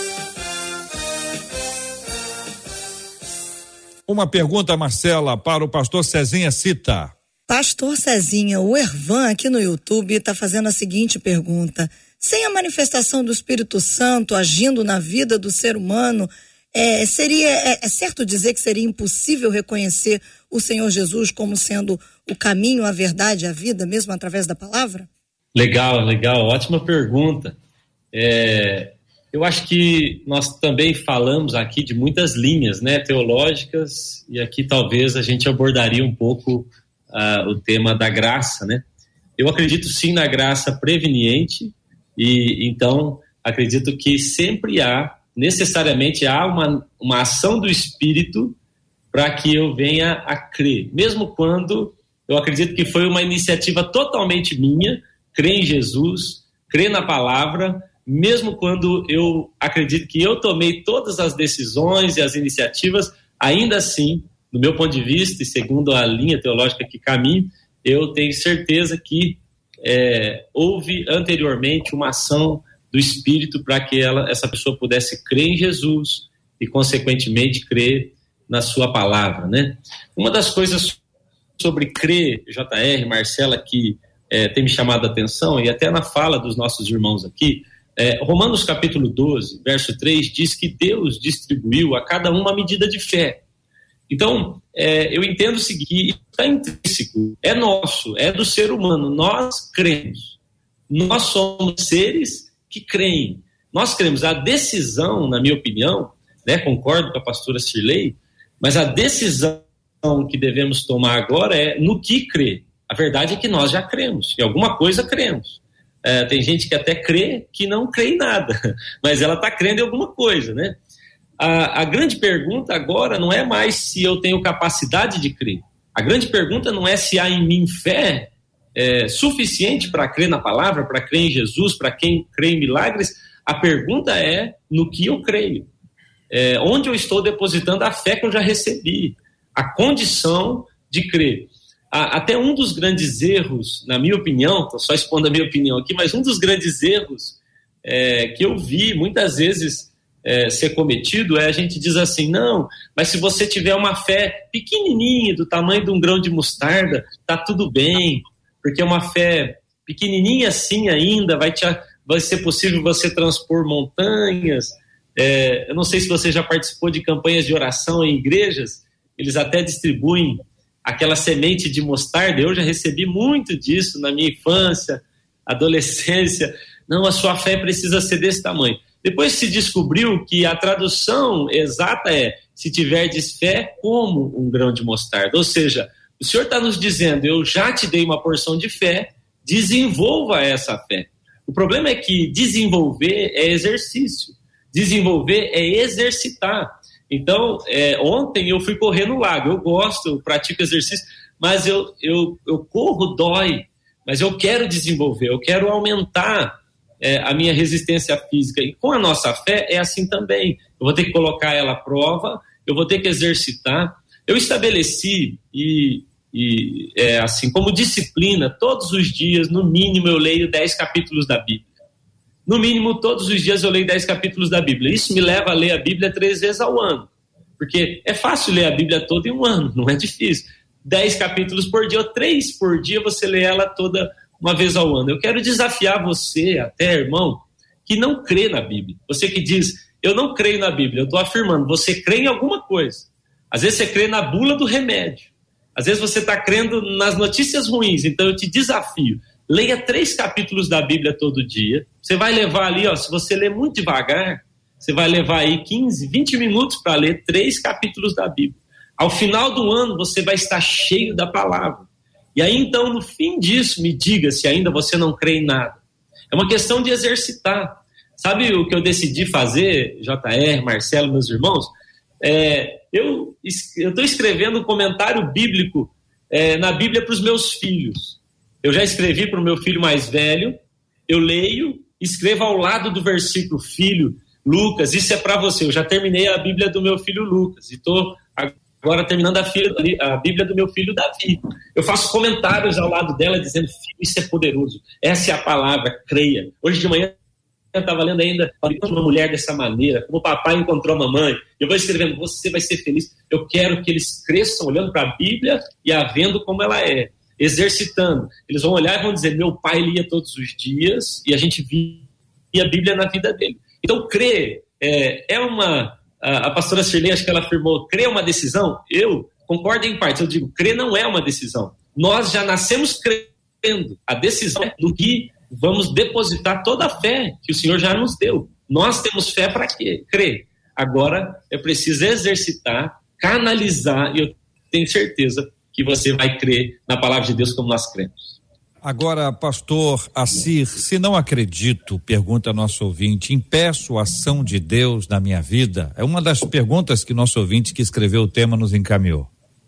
Uma pergunta, Marcela, para o pastor Cezinha Cita. Pastor Cezinha, o Ervan aqui no YouTube está fazendo a seguinte pergunta: sem a manifestação do Espírito Santo agindo na vida do ser humano, é, seria, é, é certo dizer que seria impossível reconhecer o Senhor Jesus como sendo o caminho, a verdade e a vida, mesmo através da palavra? Legal, legal, ótima pergunta. É... Eu acho que nós também falamos aqui de muitas linhas, né, teológicas, e aqui talvez a gente abordaria um pouco uh, o tema da graça, né? Eu acredito sim na graça preveniente, e então acredito que sempre há, necessariamente há uma, uma ação do Espírito para que eu venha a crer, mesmo quando eu acredito que foi uma iniciativa totalmente minha, crer em Jesus, crer na palavra, mesmo quando eu acredito que eu tomei todas as decisões e as iniciativas, ainda assim, do meu ponto de vista e segundo a linha teológica que caminho, eu tenho certeza que é, houve anteriormente uma ação do Espírito para que ela, essa pessoa pudesse crer em Jesus e, consequentemente, crer na sua palavra, né? Uma das coisas sobre crer, J R, Marcela, que é, tem me chamado a atenção, e até na fala dos nossos irmãos aqui, É, Romanos capítulo doze, verso três, diz que Deus distribuiu a cada um uma medida de fé. Então, é, eu entendo o seguinte, está intrínseco, é nosso, é do ser humano, nós cremos. Nós somos seres que creem. Nós cremos. A decisão, na minha opinião, né, concordo com a pastora Cirlei, mas a decisão que devemos tomar agora é no que crer. A verdade é que nós já cremos, em alguma coisa cremos. É, tem gente que até crê que não crê em nada, mas ela está crendo em alguma coisa, né? A, a grande pergunta agora não é mais se eu tenho capacidade de crer. A grande pergunta não é se há em mim fé é, suficiente para crer na palavra, para crer em Jesus, para quem crê em milagres. A pergunta é no que eu creio. É, onde eu estou depositando a fé que eu já recebi, a condição de crer. Até um dos grandes erros, na minha opinião, estou só expondo a minha opinião aqui, mas um dos grandes erros é, que eu vi muitas vezes é, ser cometido é a gente diz assim, não, mas se você tiver uma fé pequenininha, do tamanho de um grão de mostarda, tá tudo bem, porque uma fé pequenininha assim ainda vai, te, vai ser possível você transpor montanhas. É, eu não sei se você já participou de campanhas de oração em igrejas, eles até distribuem aquela semente de mostarda. Eu já recebi muito disso na minha infância, adolescência. Não, a sua fé precisa ser desse tamanho. Depois se descobriu que a tradução exata é, se tiverdes fé como um grão de mostarda. Ou seja, o Senhor está nos dizendo, eu já te dei uma porção de fé, desenvolva essa fé. O problema é que desenvolver é exercício. Desenvolver é exercitar. Então, é, ontem eu fui correr no lago, eu gosto, eu pratico exercício, mas eu, eu, eu corro, dói, mas eu quero desenvolver, eu quero aumentar é, a minha resistência física. E com a nossa fé é assim também. Eu vou ter que colocar ela à prova, eu vou ter que exercitar. Eu estabeleci, e, e é, assim, como disciplina, todos os dias, no mínimo, eu leio dez capítulos da Bíblia. No mínimo, todos os dias eu leio dez capítulos da Bíblia. Isso me leva a ler a Bíblia três vezes ao ano. Porque é fácil ler a Bíblia toda em um ano, não é difícil. Dez capítulos por dia, ou três por dia, você lê ela toda uma vez ao ano. Eu quero desafiar você, até, irmão, que não crê na Bíblia. Você que diz, eu não creio na Bíblia, eu estou afirmando, você crê em alguma coisa. Às vezes você crê na bula do remédio. Às vezes você está crendo nas notícias ruins. Então eu te desafio. Leia três capítulos da Bíblia todo dia. Você vai levar ali, ó, se você ler muito devagar, você vai levar aí quinze, vinte minutos para ler três capítulos da Bíblia. Ao final do ano você vai estar cheio da palavra. E aí então, no fim disso, me diga se ainda você não crê em nada. É uma questão de exercitar. Sabe o que eu decidi fazer, J R, Marcelo, meus irmãos? É, eu estou escrevendo um comentário bíblico é, na Bíblia para os meus filhos. Eu já escrevi para o meu filho mais velho, eu leio, escrevo ao lado do versículo, filho, Lucas, isso é para você. Eu já terminei a Bíblia do meu filho Lucas e estou agora terminando a, filha, a Bíblia do meu filho Davi. Eu faço comentários ao lado dela dizendo, filho, isso é poderoso, essa é a palavra, creia. Hoje de manhã eu estava lendo ainda, uma mulher dessa maneira, como o papai encontrou a mamãe, eu vou escrevendo, você vai ser feliz. Eu quero que eles cresçam olhando para a Bíblia e a vendo como ela é, exercitando. Eles vão olhar e vão dizer, meu pai lia todos os dias e a gente via a Bíblia na vida dele. Então, crer é, é uma... A, a pastora Shirley, acho que ela afirmou, crer é uma decisão? Eu concordo em parte, eu digo, crer não é uma decisão. Nós já nascemos crendo. A decisão é do que vamos depositar toda a fé que o Senhor já nos deu. Nós temos fé para quê? Crer. Agora, é preciso exercitar, canalizar, e eu tenho certeza que você vai crer na palavra de Deus como nós cremos. Agora, pastor Assir, se não acredito, pergunta nosso ouvinte, impeço a ação de Deus na minha vida? É uma das perguntas que nosso ouvinte que escreveu o tema nos encaminhou.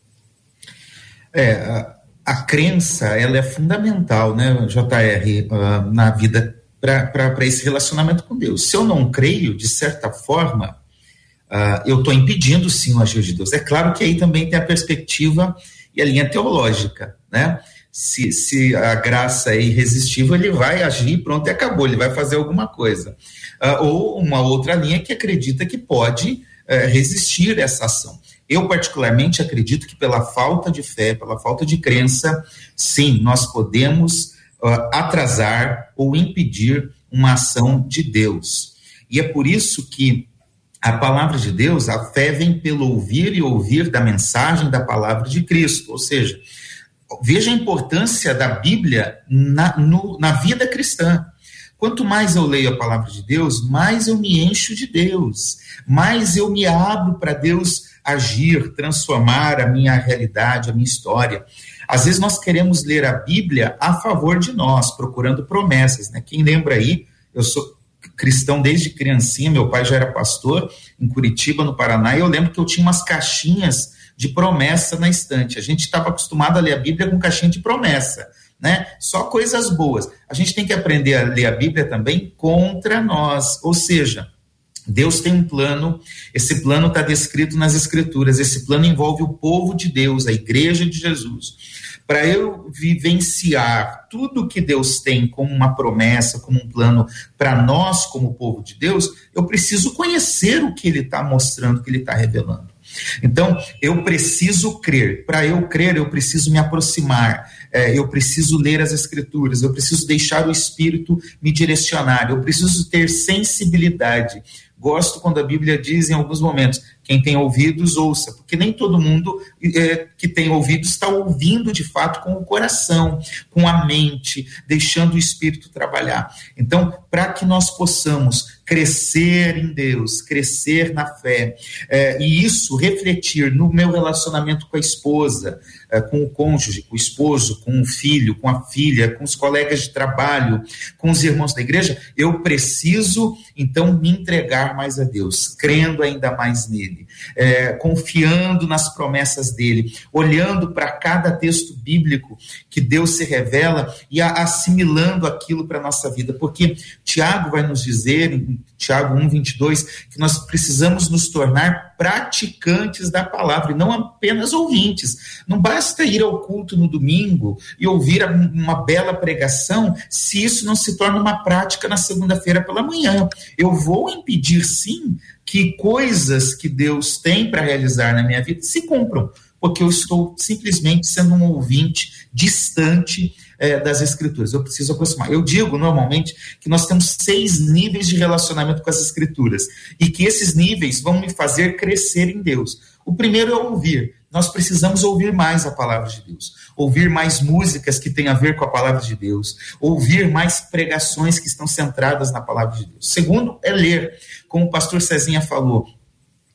É, a, a crença, ela é fundamental, né, J R, uh, na vida para esse relacionamento com Deus. Se eu não creio, de certa forma, uh, eu estou impedindo sim o agir de Deus. É claro que aí também tem a perspectiva e a linha teológica, né? Se, se a graça é irresistível, ele vai agir, pronto, e acabou, ele vai fazer alguma coisa. Uh, ou uma outra linha que acredita que pode uh, resistir essa ação. Eu, particularmente, acredito que pela falta de fé, pela falta de crença, sim, nós podemos uh, atrasar ou impedir uma ação de Deus. E é por isso que a palavra de Deus, a fé vem pelo ouvir e ouvir da mensagem da palavra de Cristo, ou seja, veja a importância da Bíblia na, no, na vida cristã. Quanto mais eu leio a palavra de Deus, mais eu me encho de Deus, mais eu me abro para Deus agir, transformar a minha realidade, a minha história. Às vezes nós queremos ler a Bíblia a favor de nós, procurando promessas, né? Quem lembra aí, eu sou cristão desde criancinha, meu pai já era pastor em Curitiba, no Paraná, e eu lembro que eu tinha umas caixinhas de promessa na estante. A gente estava acostumado a ler a Bíblia com caixinha de promessa, né? Só coisas boas. A gente tem que aprender a ler a Bíblia também contra nós, ou seja, Deus tem um plano, esse plano está descrito nas Escrituras, esse plano envolve o povo de Deus, a igreja de Jesus. Para eu vivenciar tudo que Deus tem como uma promessa, como um plano para nós como povo de Deus, eu preciso conhecer o que Ele está mostrando, o que Ele está revelando. Então, eu preciso crer. Para eu crer, eu preciso me aproximar, é, eu preciso ler as Escrituras, eu preciso deixar o Espírito me direcionar, eu preciso ter sensibilidade. Gosto quando a Bíblia diz em alguns momentos, quem tem ouvidos, ouça, porque nem todo mundo é, que tem ouvidos está ouvindo de fato com o coração, com a mente, deixando o Espírito trabalhar. Então, para que nós possamos crescer em Deus, crescer na fé, é, e isso refletir no meu relacionamento com a esposa, é, com o cônjuge, com o esposo, com o filho, com a filha, com os colegas de trabalho, com os irmãos da igreja, eu preciso, então, me entregar mais a Deus, crendo ainda mais nele. É, confiando nas promessas dele, olhando para cada texto bíblico que Deus se revela e a, assimilando aquilo para a nossa vida, porque Tiago vai nos dizer, em Tiago um, vinte e dois, que nós precisamos nos tornar praticantes da palavra, e não apenas ouvintes. Não basta ir ao culto no domingo e ouvir uma bela pregação, se isso não se torna uma prática na segunda-feira pela manhã. Eu vou impedir, sim, que coisas que Deus tem para realizar na minha vida se cumpram, porque eu estou simplesmente sendo um ouvinte distante é, das Escrituras. Eu preciso aproximar. Eu digo, normalmente, que nós temos seis níveis de relacionamento com as Escrituras, e que esses níveis vão me fazer crescer em Deus. O primeiro é ouvir. Nós precisamos ouvir mais a palavra de Deus, ouvir mais músicas que têm a ver com a palavra de Deus, ouvir mais pregações que estão centradas na palavra de Deus. Segundo é ler, como o pastor Cezinha falou,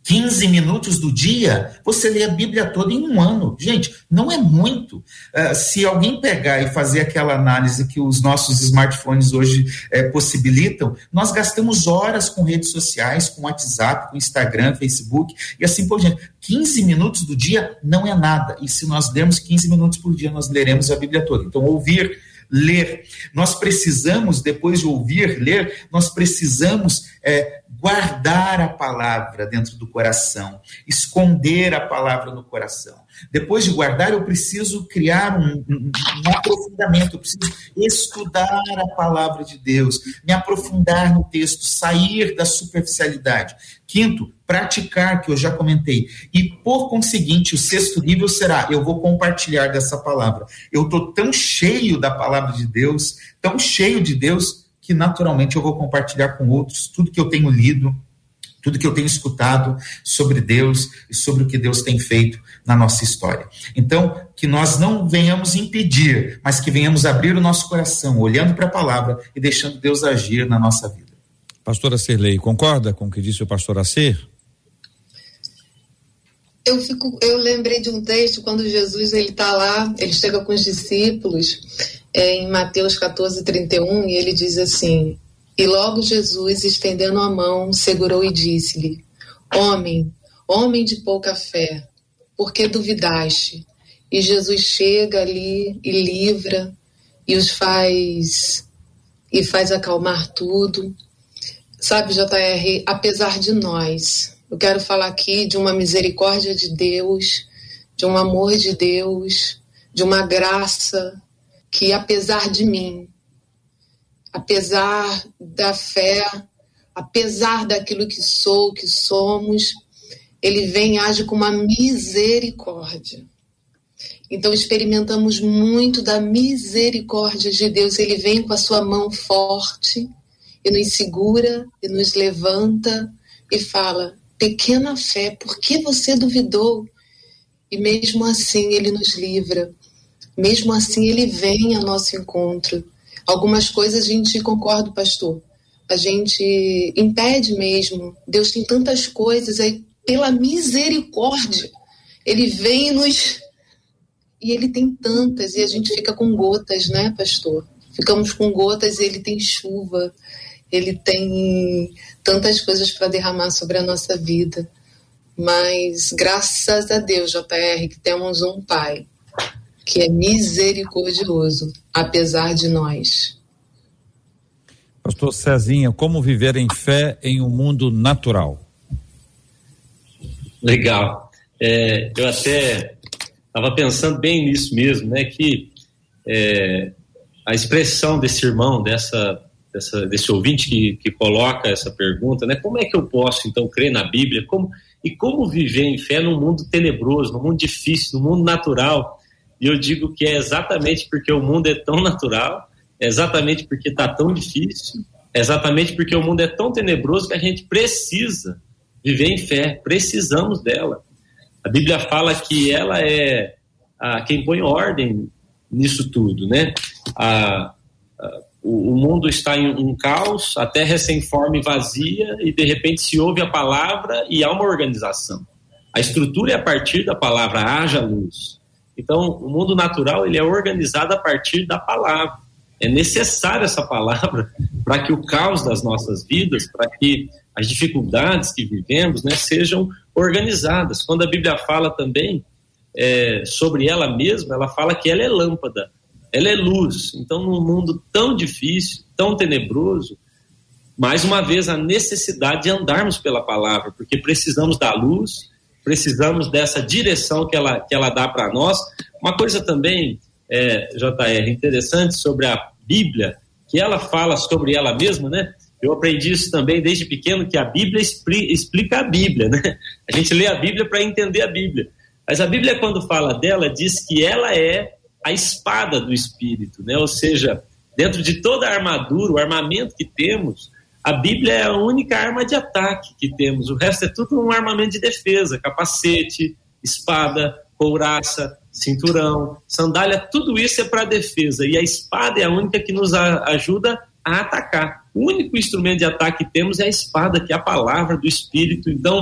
quinze minutos do dia, você lê a Bíblia toda em um ano. Gente, não é muito. Uh, se alguém pegar e fazer aquela análise que os nossos smartphones hoje eh, possibilitam, nós gastamos horas com redes sociais, com WhatsApp, com Instagram, Facebook e assim por diante. quinze minutos do dia não é nada. E se nós dermos quinze minutos por dia, nós leremos a Bíblia toda. Então, ouvir, ler. Nós precisamos, depois de ouvir, ler, nós precisamos é, guardar a palavra dentro do coração, esconder a palavra no coração. Depois de guardar, eu preciso criar um, um, um aprofundamento, eu preciso estudar a palavra de Deus, me aprofundar no texto, sair da superficialidade. Quinto, praticar, que eu já comentei. E, por conseguinte, o sexto nível será, eu vou compartilhar dessa palavra. Eu estou tão cheio da palavra de Deus, tão cheio de Deus, que naturalmente eu vou compartilhar com outros tudo que eu tenho lido, tudo que eu tenho escutado sobre Deus e sobre o que Deus tem feito na nossa história. Então, que nós não venhamos impedir, mas que venhamos abrir o nosso coração, olhando para a palavra e deixando Deus agir na nossa vida. Pastora Sirlei, concorda com o que disse o pastor Acer? Eu, fico, eu lembrei de um texto, quando Jesus ele está lá, ele chega com os discípulos, é, em Mateus catorze, trinta e um, e ele diz assim: e logo Jesus, estendendo a mão, segurou e disse-lhe: homem, homem de pouca fé, por que duvidaste? E Jesus chega ali e livra, e os faz, e faz acalmar tudo. Sabe, J R, apesar de nós, eu quero falar aqui de uma misericórdia de Deus, de um amor de Deus, de uma graça que, apesar de mim, apesar da fé, apesar daquilo que sou, que somos, ele vem e age com uma misericórdia. Então experimentamos muito da misericórdia de Deus. Ele vem com a sua mão forte e nos segura e nos levanta e fala: pequena fé, por que você duvidou? E mesmo assim ele nos livra, mesmo assim ele vem ao nosso encontro. Algumas coisas a gente concorda, pastor, a gente impede mesmo. Deus tem tantas coisas, aí pela misericórdia ele vem e nos... e ele tem tantas, e a gente fica com gotas, né, pastor? Ficamos com gotas e ele tem chuva, ele tem tantas coisas para derramar sobre a nossa vida. Mas graças a Deus, J R, que temos um Pai que é misericordioso, apesar de nós. Pastor Cezinha, como viver em fé em um mundo natural? Legal. É, eu até estava pensando bem nisso mesmo, né? Que é, a expressão desse irmão, dessa, dessa, desse ouvinte que, que coloca essa pergunta, né? Como é que eu posso, então, crer na Bíblia? Como, e como viver em fé num mundo tenebroso, num mundo difícil, num mundo natural? E eu digo que é exatamente porque o mundo é tão natural, é exatamente porque está tão difícil, é exatamente porque o mundo é tão tenebroso que a gente precisa viver em fé, precisamos dela. A Bíblia fala que ela é a, quem põe ordem nisso tudo, né? A, a, o, o mundo está em um caos, a terra é sem forma e vazia, e de repente se ouve a palavra e há uma organização. A estrutura é a partir da palavra, haja luz. Então, o mundo natural ele é organizado a partir da palavra. É necessária essa palavra para que o caos das nossas vidas, para que as dificuldades que vivemos, né, sejam organizadas. Quando a Bíblia fala também é, sobre ela mesma, ela fala que ela é lâmpada, ela é luz. Então, num mundo tão difícil, tão tenebroso, mais uma vez a necessidade de andarmos pela palavra, porque precisamos da luz, precisamos dessa direção que ela, que ela dá para nós. Uma coisa também, é, J R, interessante sobre a Bíblia, que ela fala sobre ela mesma, né? Eu aprendi isso também desde pequeno, que a Bíblia expli- explica a Bíblia, né? A gente lê a Bíblia para entender a Bíblia. Mas a Bíblia, quando fala dela, diz que ela é a espada do Espírito, né? Ou seja, dentro de toda a armadura, o armamento que temos, a Bíblia é a única arma de ataque que temos. O resto é tudo um armamento de defesa, capacete, espada, couraça, cinturão, sandália, tudo isso é para defesa. E a espada é a única que nos a- ajuda a atacar. O único instrumento de ataque que temos é a espada, que é a palavra do Espírito. Então,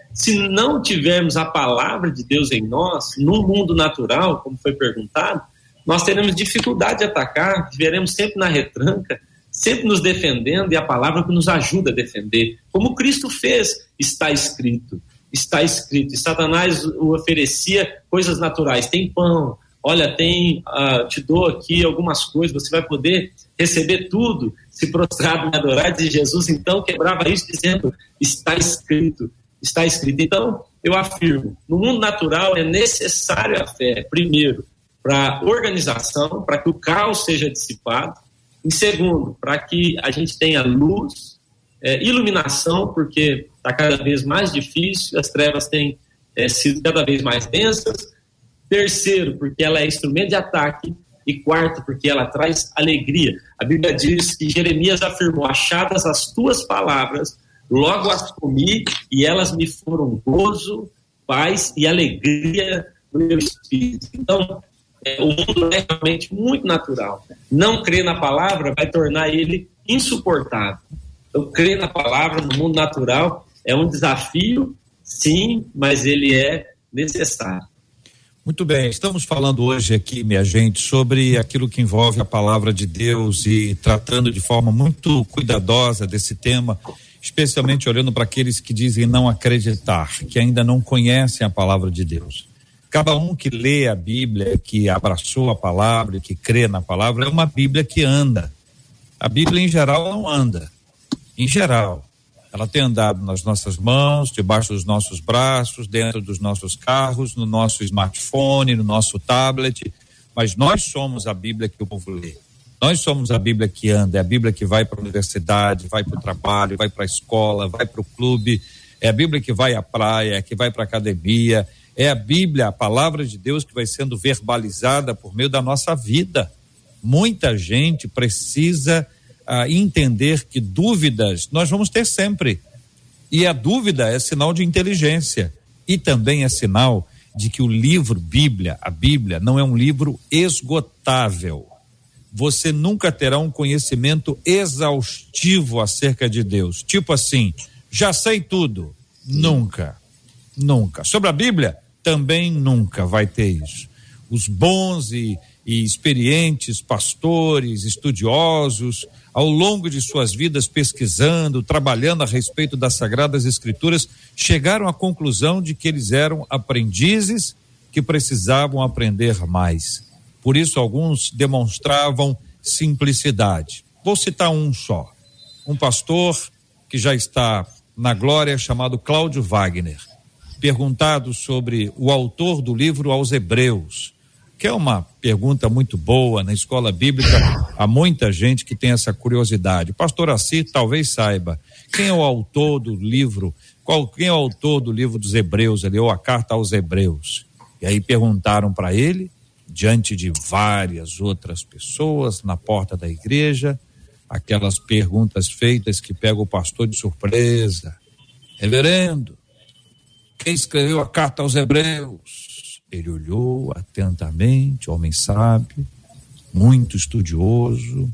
se não tivermos a palavra de Deus em nós, no mundo natural, como foi perguntado, nós teremos dificuldade de atacar, viveremos sempre na retranca, sempre nos defendendo, e a palavra que nos ajuda a defender. Como Cristo fez, está escrito, está escrito. E Satanás o oferecia coisas naturais, tem pão, olha, tem, uh, te dou aqui algumas coisas, você vai poder receber tudo, se prostrar e adorar, e Jesus então quebrava isso dizendo, está escrito, está escrito. Então, eu afirmo, no mundo natural é necessário a fé, primeiro, para organização, para que o caos seja dissipado, em segundo, para que a gente tenha luz, é, iluminação, porque está cada vez mais difícil, as trevas têm é, sido cada vez mais densas, terceiro, porque ela é instrumento de ataque, e quarto, porque ela traz alegria. A Bíblia diz que Jeremias afirmou, achadas as tuas palavras, logo as comi, e elas me foram gozo, paz e alegria no meu espírito. Então, é, o mundo é realmente muito natural. Não crer na palavra vai tornar ele insuportável. Então, crer na palavra no mundo natural é um desafio, sim, mas ele é necessário. Muito bem, estamos falando hoje aqui, minha gente, sobre aquilo que envolve a palavra de Deus e tratando de forma muito cuidadosa desse tema, especialmente olhando para aqueles que dizem não acreditar, que ainda não conhecem a palavra de Deus. Cada um que lê a Bíblia, que abraçou a palavra, que crê na palavra, é uma Bíblia que anda. A Bíblia em geral não anda, em geral. Ela tem andado nas nossas mãos, debaixo dos nossos braços, dentro dos nossos carros, no nosso smartphone, no nosso tablet, mas nós somos a Bíblia que o povo lê. Nós somos a Bíblia que anda, é a Bíblia que vai para a universidade, vai para o trabalho, vai para a escola, vai para o clube, é a Bíblia que vai à praia, que vai para a academia, é a Bíblia, a palavra de Deus que vai sendo verbalizada por meio da nossa vida. Muita gente precisa a entender que dúvidas nós vamos ter sempre, e a dúvida é sinal de inteligência, e também é sinal de que o livro Bíblia, a Bíblia, não é um livro esgotável. Você nunca terá um conhecimento exaustivo acerca de Deus, tipo assim, já sei tudo. Nunca, nunca. Sobre a Bíblia, também nunca vai ter isso. Os bons e, e experientes pastores, estudiosos, ao longo de suas vidas pesquisando, trabalhando a respeito das Sagradas Escrituras, chegaram à conclusão de que eles eram aprendizes que precisavam aprender mais. Por isso, alguns demonstravam simplicidade. Vou citar um só. Um pastor que já está na glória, chamado Cláudio Wagner. Perguntado sobre o autor do livro aos Hebreus, que é uma pergunta muito boa na escola bíblica, há muita gente que tem essa curiosidade. O pastor Assi talvez saiba quem é o autor do livro, qual, quem é o autor do livro dos Hebreus, ali, ou a carta aos Hebreus. E aí perguntaram para ele, diante de várias outras pessoas na porta da igreja, aquelas perguntas feitas que pegam o pastor de surpresa. Reverendo, quem escreveu a carta aos Hebreus? Ele olhou atentamente, homem sábio, muito estudioso,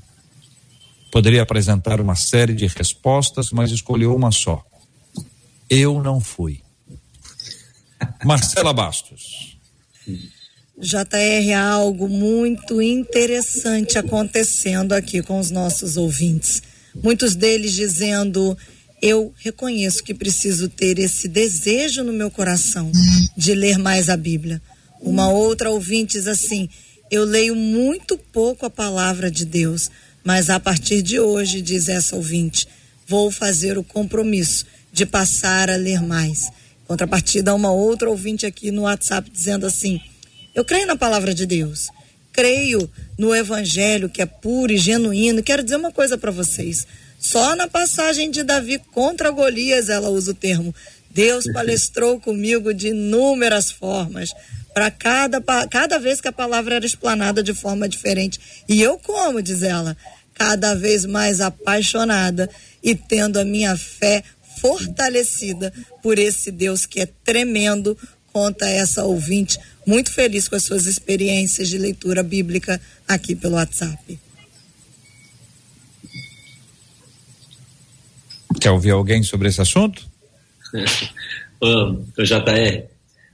poderia apresentar uma série de respostas, mas escolheu uma só. Eu não fui. Marcela Bastos. J R, há algo muito interessante acontecendo aqui com os nossos ouvintes. Muitos deles dizendo, eu reconheço que preciso ter esse desejo no meu coração de ler mais a Bíblia. Uma outra ouvinte diz assim, eu leio muito pouco a palavra de Deus, mas a partir de hoje, diz essa ouvinte, vou fazer o compromisso de passar a ler mais. Contrapartida, uma outra ouvinte aqui no WhatsApp dizendo assim, eu creio na palavra de Deus, creio no evangelho que é puro e genuíno. Quero dizer uma coisa para vocês, só na passagem de Davi contra Golias ela usa o termo, Deus palestrou comigo de inúmeras formas, para cada, cada vez que a palavra era explanada de forma diferente. E eu como, diz ela, cada vez mais apaixonada e tendo a minha fé fortalecida por esse Deus que é tremendo, conta essa ouvinte, muito feliz com as suas experiências de leitura bíblica aqui pelo WhatsApp. Quer ouvir alguém sobre esse assunto? Ô, ô J R,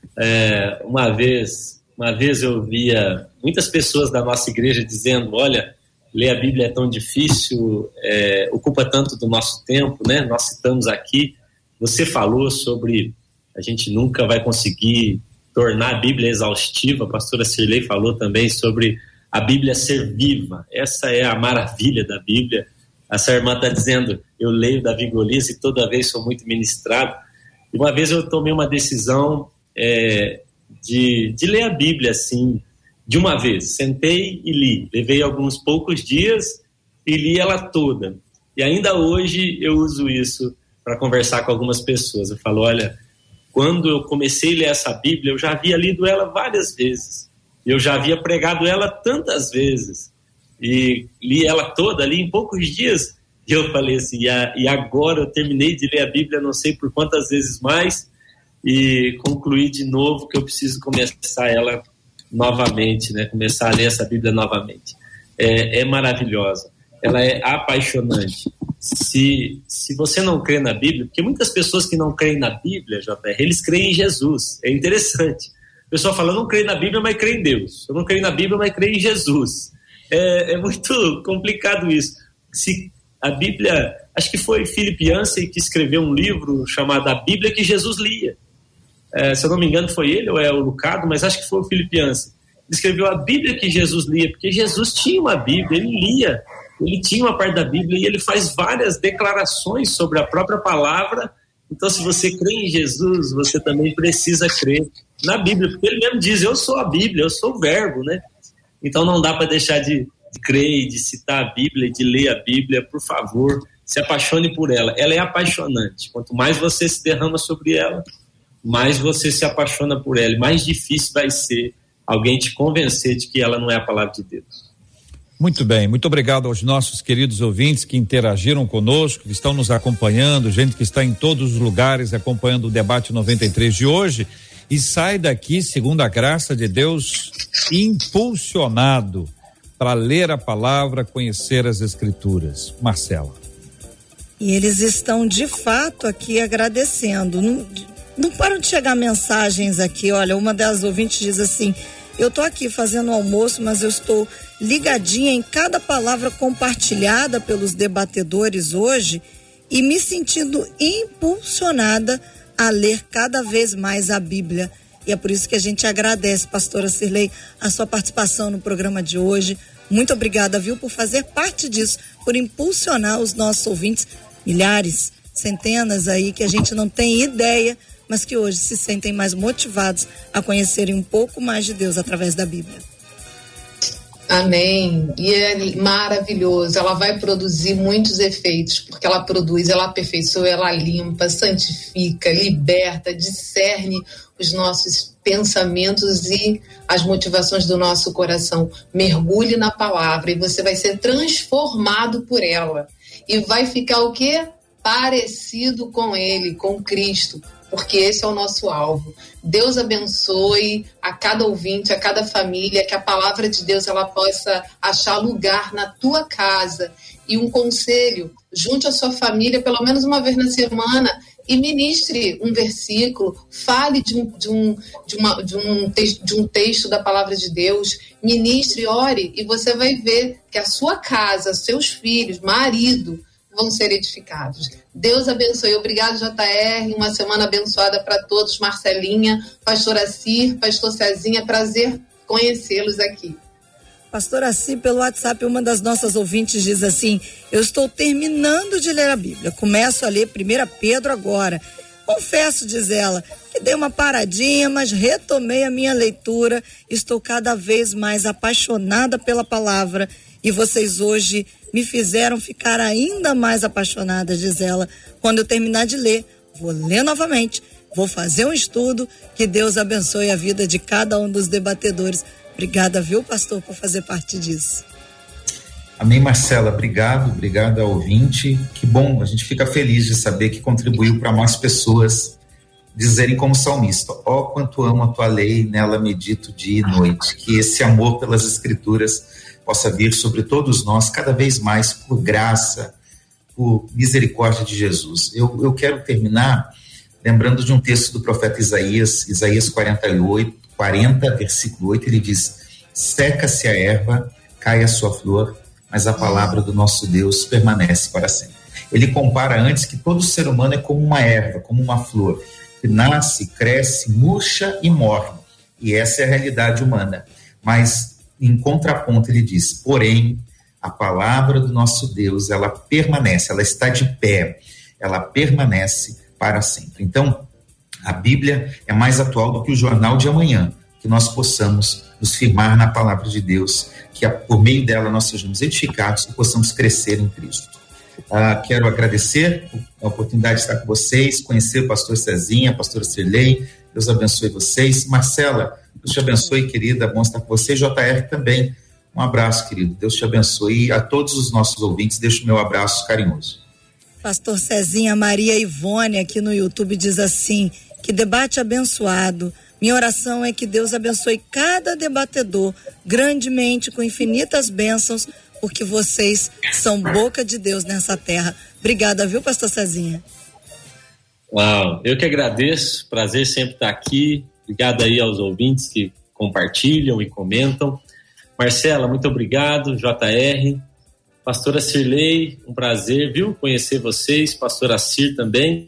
é, uma vez, uma vez eu via muitas pessoas da nossa igreja dizendo, olha, ler a Bíblia é tão difícil, é, ocupa tanto do nosso tempo, né? Nós citamos aqui, você falou sobre a gente nunca vai conseguir tornar a Bíblia exaustiva, a pastora Cirlei falou também sobre a Bíblia ser viva, essa é a maravilha da Bíblia. Essa irmã está dizendo, eu leio Davi Golias e toda vez sou muito ministrado. E uma vez eu tomei uma decisão é, de, de ler a Bíblia assim, de uma vez. Sentei e li. Levei alguns poucos dias e li ela toda. E ainda hoje eu uso isso para conversar com algumas pessoas. Eu falo, olha, quando eu comecei a ler essa Bíblia, eu já havia lido ela várias vezes. Eu já havia pregado ela tantas vezes. E li ela toda ali em poucos dias. E eu falei assim, e agora eu terminei de ler a Bíblia não sei por quantas vezes mais e concluí de novo que eu preciso começar ela novamente, né? Começar a ler essa Bíblia novamente. É, é maravilhosa, ela é apaixonante. Se, se você não crê na Bíblia, porque muitas pessoas que não creem na Bíblia, J R, eles creem em Jesus, é interessante. O pessoal fala, eu não creio na Bíblia, mas creio em Deus. Eu não creio na Bíblia, mas creio em Jesus. É, é muito complicado isso. Se a Bíblia, acho que foi Philip Yancey que escreveu um livro chamado A Bíblia que Jesus lia. É, se eu não me engano foi ele ou é o Lucado, mas acho que foi o Philip Yancey. Ele escreveu a Bíblia que Jesus lia, porque Jesus tinha uma Bíblia, ele lia, ele tinha uma parte da Bíblia e ele faz várias declarações sobre a própria palavra. Então, se você crê em Jesus, você também precisa crer na Bíblia, porque ele mesmo diz, eu sou a Bíblia, eu sou o verbo, né? Então não dá para deixar de, de crer e de citar a Bíblia e de ler a Bíblia. Por favor, se apaixone por ela. Ela é apaixonante. Quanto mais você se derrama sobre ela, mais você se apaixona por ela. E mais difícil vai ser alguém te convencer de que ela não é a palavra de Deus. Muito bem, muito obrigado aos nossos queridos ouvintes que interagiram conosco, que estão nos acompanhando, gente que está em todos os lugares acompanhando o debate noventa e três de hoje. E sai daqui, segundo a graça de Deus, impulsionado para ler a palavra, conhecer as Escrituras. Marcela. E eles estão de fato aqui agradecendo. Não, não param de chegar mensagens aqui. Olha, uma das ouvintes diz assim: eu estou aqui fazendo almoço, mas eu estou ligadinha em cada palavra compartilhada pelos debatedores hoje e me sentindo impulsionada a ler cada vez mais a Bíblia. E é por isso que a gente agradece, pastora Cirlei, a sua participação no programa de hoje. Muito obrigada, viu, por fazer parte disso, por impulsionar os nossos ouvintes, milhares, centenas aí, que a gente não tem ideia, mas que hoje se sentem mais motivados a conhecerem um pouco mais de Deus através da Bíblia. Amém. E é maravilhoso. Ela vai produzir muitos efeitos, porque ela produz, ela aperfeiçoa, ela limpa, santifica, liberta, discerne os nossos pensamentos e as motivações do nosso coração. Mergulhe na palavra e você vai ser transformado por ela. E vai ficar o quê? Parecido com ele, com Cristo. Porque esse é o nosso alvo. Deus abençoe a cada ouvinte, a cada família, que a palavra de Deus ela possa achar lugar na tua casa. E um conselho, junte a sua família pelo menos uma vez na semana e ministre um versículo, fale de um, de um, de uma, de um, texto, de um texto da palavra de Deus, ministre, ore, e você vai ver que a sua casa, seus filhos, marido, vão ser edificados. Deus abençoe. Obrigado, J R. Uma semana abençoada para todos. Marcelinha, pastora Cir, pastor Cezinha, prazer conhecê-los aqui. Pastora Cir, pelo WhatsApp, uma das nossas ouvintes diz assim: eu estou terminando de ler a Bíblia. Começo a ler primeira Pedro agora. Confesso, diz ela, que dei uma paradinha, mas retomei a minha leitura. Estou cada vez mais apaixonada pela palavra. E vocês hoje me fizeram ficar ainda mais apaixonada, diz ela. Quando eu terminar de ler, vou ler novamente, vou fazer um estudo. Que Deus abençoe a vida de cada um dos debatedores. Obrigada, viu, pastor, por fazer parte disso. Amém, Marcela, obrigado, obrigado ao ouvinte. Que bom, a gente fica feliz de saber que contribuiu para mais pessoas dizerem como salmista: ó, oh, quanto amo a tua lei, nela medito dia e noite. Que esse amor pelas Escrituras possa vir sobre todos nós cada vez mais por graça, por misericórdia de Jesus. Eu, eu quero terminar lembrando de um texto do profeta Isaías, Isaías quarenta e oito, quarenta, versículo oito, ele diz: seca-se a erva, cai a sua flor, mas a palavra do nosso Deus permanece para sempre. Ele compara antes que todo ser humano é como uma erva, como uma flor, que nasce, cresce, murcha e morre. E essa é a realidade humana. Mas, em contraponto, ele diz: porém, a palavra do nosso Deus, ela permanece, ela está de pé, ela permanece para sempre. Então, a Bíblia é mais atual do que o jornal de amanhã, que nós possamos nos firmar na palavra de Deus, que por meio dela nós sejamos edificados e possamos crescer em Cristo. Uh, quero agradecer a oportunidade de estar com vocês, conhecer o pastor Cezinha, a pastora Cirlei. Deus abençoe vocês. Marcela, Deus te abençoe, querida, bom estar com você. J R também, um abraço, querido, Deus te abençoe. E a todos os nossos ouvintes, deixo o meu abraço carinhoso. Pastor Cezinha, Maria Ivone aqui no YouTube diz assim: que debate abençoado. Minha oração é que Deus abençoe cada debatedor grandemente, com infinitas bênçãos, porque vocês são boca de Deus nessa terra. Obrigada, viu, pastor Cezinha? Uau, eu que agradeço, prazer sempre estar aqui. Obrigado aí aos ouvintes que compartilham e comentam. Marcela, muito obrigado. J R, pastora Cirlei, um prazer, viu, conhecer vocês. Pastora Cir também.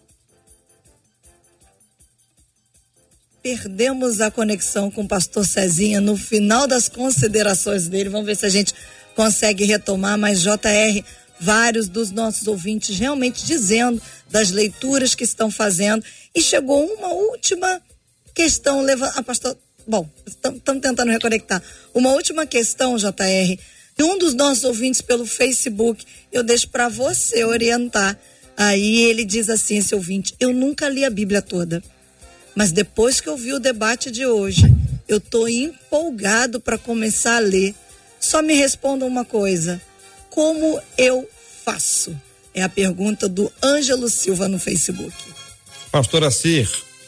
Perdemos a conexão com o pastor Cezinha no final das considerações dele. Vamos ver se a gente consegue retomar, mas J R, vários dos nossos ouvintes realmente dizendo das leituras que estão fazendo. E chegou uma última questão, leva a pastor, bom, estamos tentando reconectar. Uma última questão, J R, de um dos nossos ouvintes pelo Facebook, eu deixo para você orientar. Aí ele diz assim, esse ouvinte: eu nunca li a Bíblia toda, mas depois que eu vi o debate de hoje, eu estou empolgado para começar a ler. Só me respondam uma coisa: como eu faço? É a pergunta do Ângelo Silva no Facebook. Pastora Cir,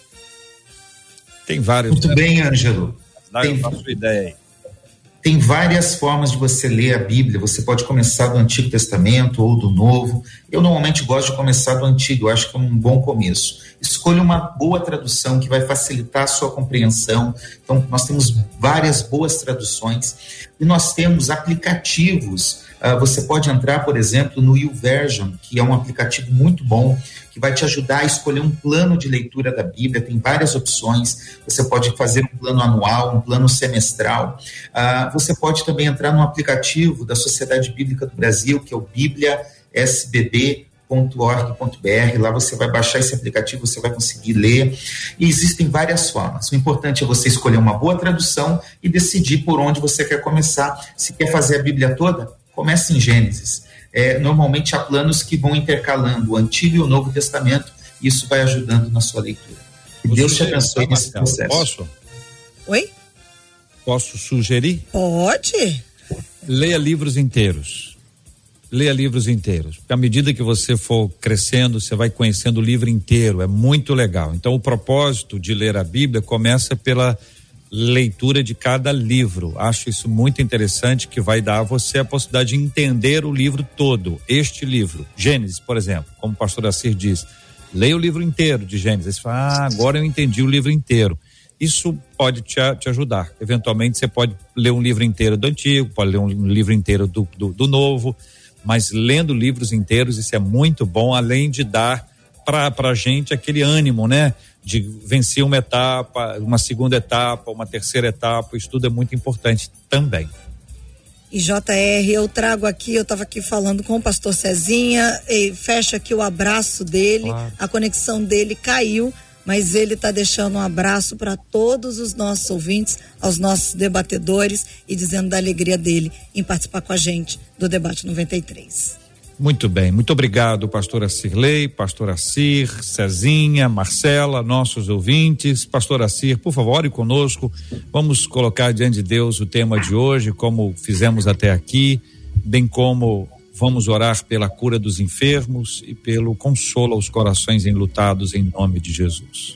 tem vários... Muito bem, Ângelo. Tem a sua ideia aí. Tem várias formas de você ler a Bíblia. Você pode começar do Antigo Testamento ou do Novo. Eu normalmente gosto de começar do Antigo, eu acho que é um bom começo. Escolha uma boa tradução que vai facilitar a sua compreensão. Então, nós temos várias boas traduções e nós temos aplicativos. Uh, você pode entrar, por exemplo, no YouVersion, que é um aplicativo muito bom, que vai te ajudar a escolher um plano de leitura da Bíblia. Tem várias opções. Você pode fazer um plano anual, um plano semestral. Uh, você pode também entrar no aplicativo da Sociedade Bíblica do Brasil, que é o bíblia s b b ponto org ponto b r. Lá você vai baixar esse aplicativo, você vai conseguir ler. E existem várias formas. O importante é você escolher uma boa tradução e decidir por onde você quer começar. Se quer fazer a Bíblia toda, comece em Gênesis. É, normalmente há planos que vão intercalando o Antigo e o Novo Testamento, e isso vai ajudando na sua leitura. E Vou Deus te abençoe nesse processo. Posso? Oi? Posso sugerir? Pode. Leia livros inteiros. Leia livros inteiros. Porque à medida que você for crescendo, você vai conhecendo o livro inteiro. É muito legal. Então, o propósito de ler a Bíblia começa pela leitura de cada livro. Acho isso muito interessante, que vai dar a você a possibilidade de entender o livro todo. Este livro, Gênesis, por exemplo, como o pastor Assir diz, leia o livro inteiro de Gênesis. Você fala: ah, agora eu entendi o livro inteiro. Isso pode te, te ajudar. Eventualmente você pode ler um livro inteiro do Antigo, pode ler um livro inteiro do, do, do Novo, mas lendo livros inteiros, isso é muito bom, além de dar para a gente aquele ânimo, né? De vencer uma etapa, uma segunda etapa, uma terceira etapa. Isso tudo é muito importante também. E J R, eu trago aqui, eu estava aqui falando com o pastor Cezinha, e fecha aqui o abraço dele, claro. A conexão dele caiu, mas ele está deixando um abraço para todos os nossos ouvintes, aos nossos debatedores, e dizendo da alegria dele em participar com a gente do Debate noventa e três. Muito bem, muito obrigado, pastora Cirlei, pastora Cir, Cezinha, Marcela, nossos ouvintes. Pastora Cir, por favor, ore conosco. Vamos colocar diante de Deus o tema de hoje, como fizemos até aqui, bem como vamos orar pela cura dos enfermos e pelo consolo aos corações enlutados, em nome de Jesus.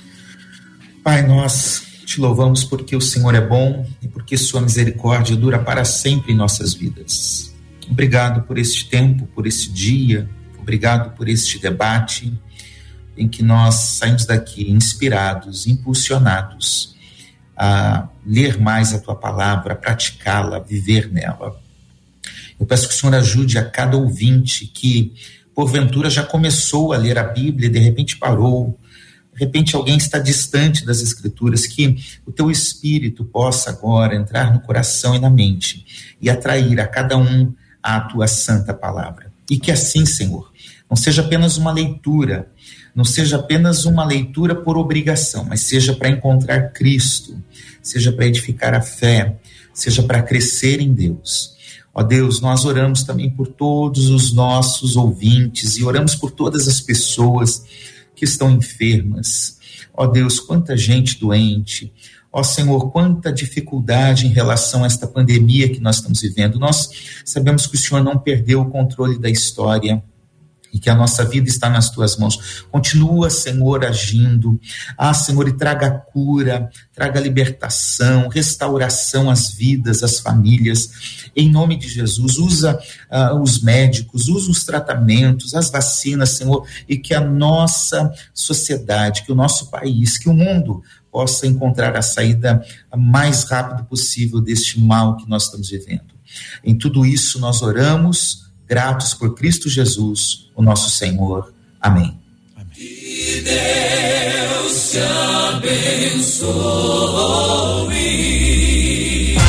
Pai, nós te louvamos porque o Senhor é bom e porque sua misericórdia dura para sempre em nossas vidas. Obrigado por este tempo, por este dia, obrigado por este debate. em que nós saímos daqui inspirados, impulsionados a ler mais a tua palavra, a praticá-la, a viver nela. Eu peço que o Senhor ajude a cada ouvinte que, porventura, já começou a ler a Bíblia e de repente parou. De repente alguém está distante das Escrituras, que o teu Espírito possa agora entrar no coração e na mente e atrair a cada um à tua santa palavra. E que assim, Senhor, não seja apenas uma leitura, não seja apenas uma leitura por obrigação, mas seja para encontrar Cristo, seja para edificar a fé, seja para crescer em Deus. Ó Deus, nós oramos também por todos os nossos ouvintes e oramos por todas as pessoas que estão enfermas. Ó Deus, quanta gente doente. Ó Senhor, quanta dificuldade em relação a esta pandemia que nós estamos vivendo. Nós sabemos que o Senhor não perdeu o controle da história e que a nossa vida está nas tuas mãos. Continua, Senhor, agindo. Ah, Senhor, e traga cura, traga libertação, restauração às vidas, às famílias. Em nome de Jesus, usa uh, os médicos, usa os tratamentos, as vacinas, Senhor, e que a nossa sociedade, que o nosso país, que o mundo possa encontrar a saída mais rápido possível deste mal que nós estamos vivendo. Em tudo isso nós oramos, gratos por Cristo Jesus, o nosso Senhor. Amém. Amém. Que Deus te abençoe.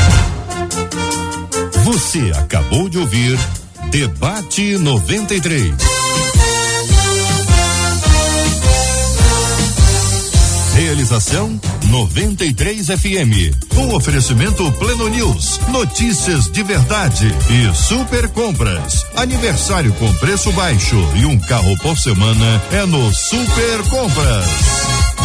Você acabou de ouvir Debate noventa e três. Realização noventa e três F M. Um oferecimento Pleno News, notícias de verdade e Super Compras. Aniversário com preço baixo e um carro por semana é no Super Compras.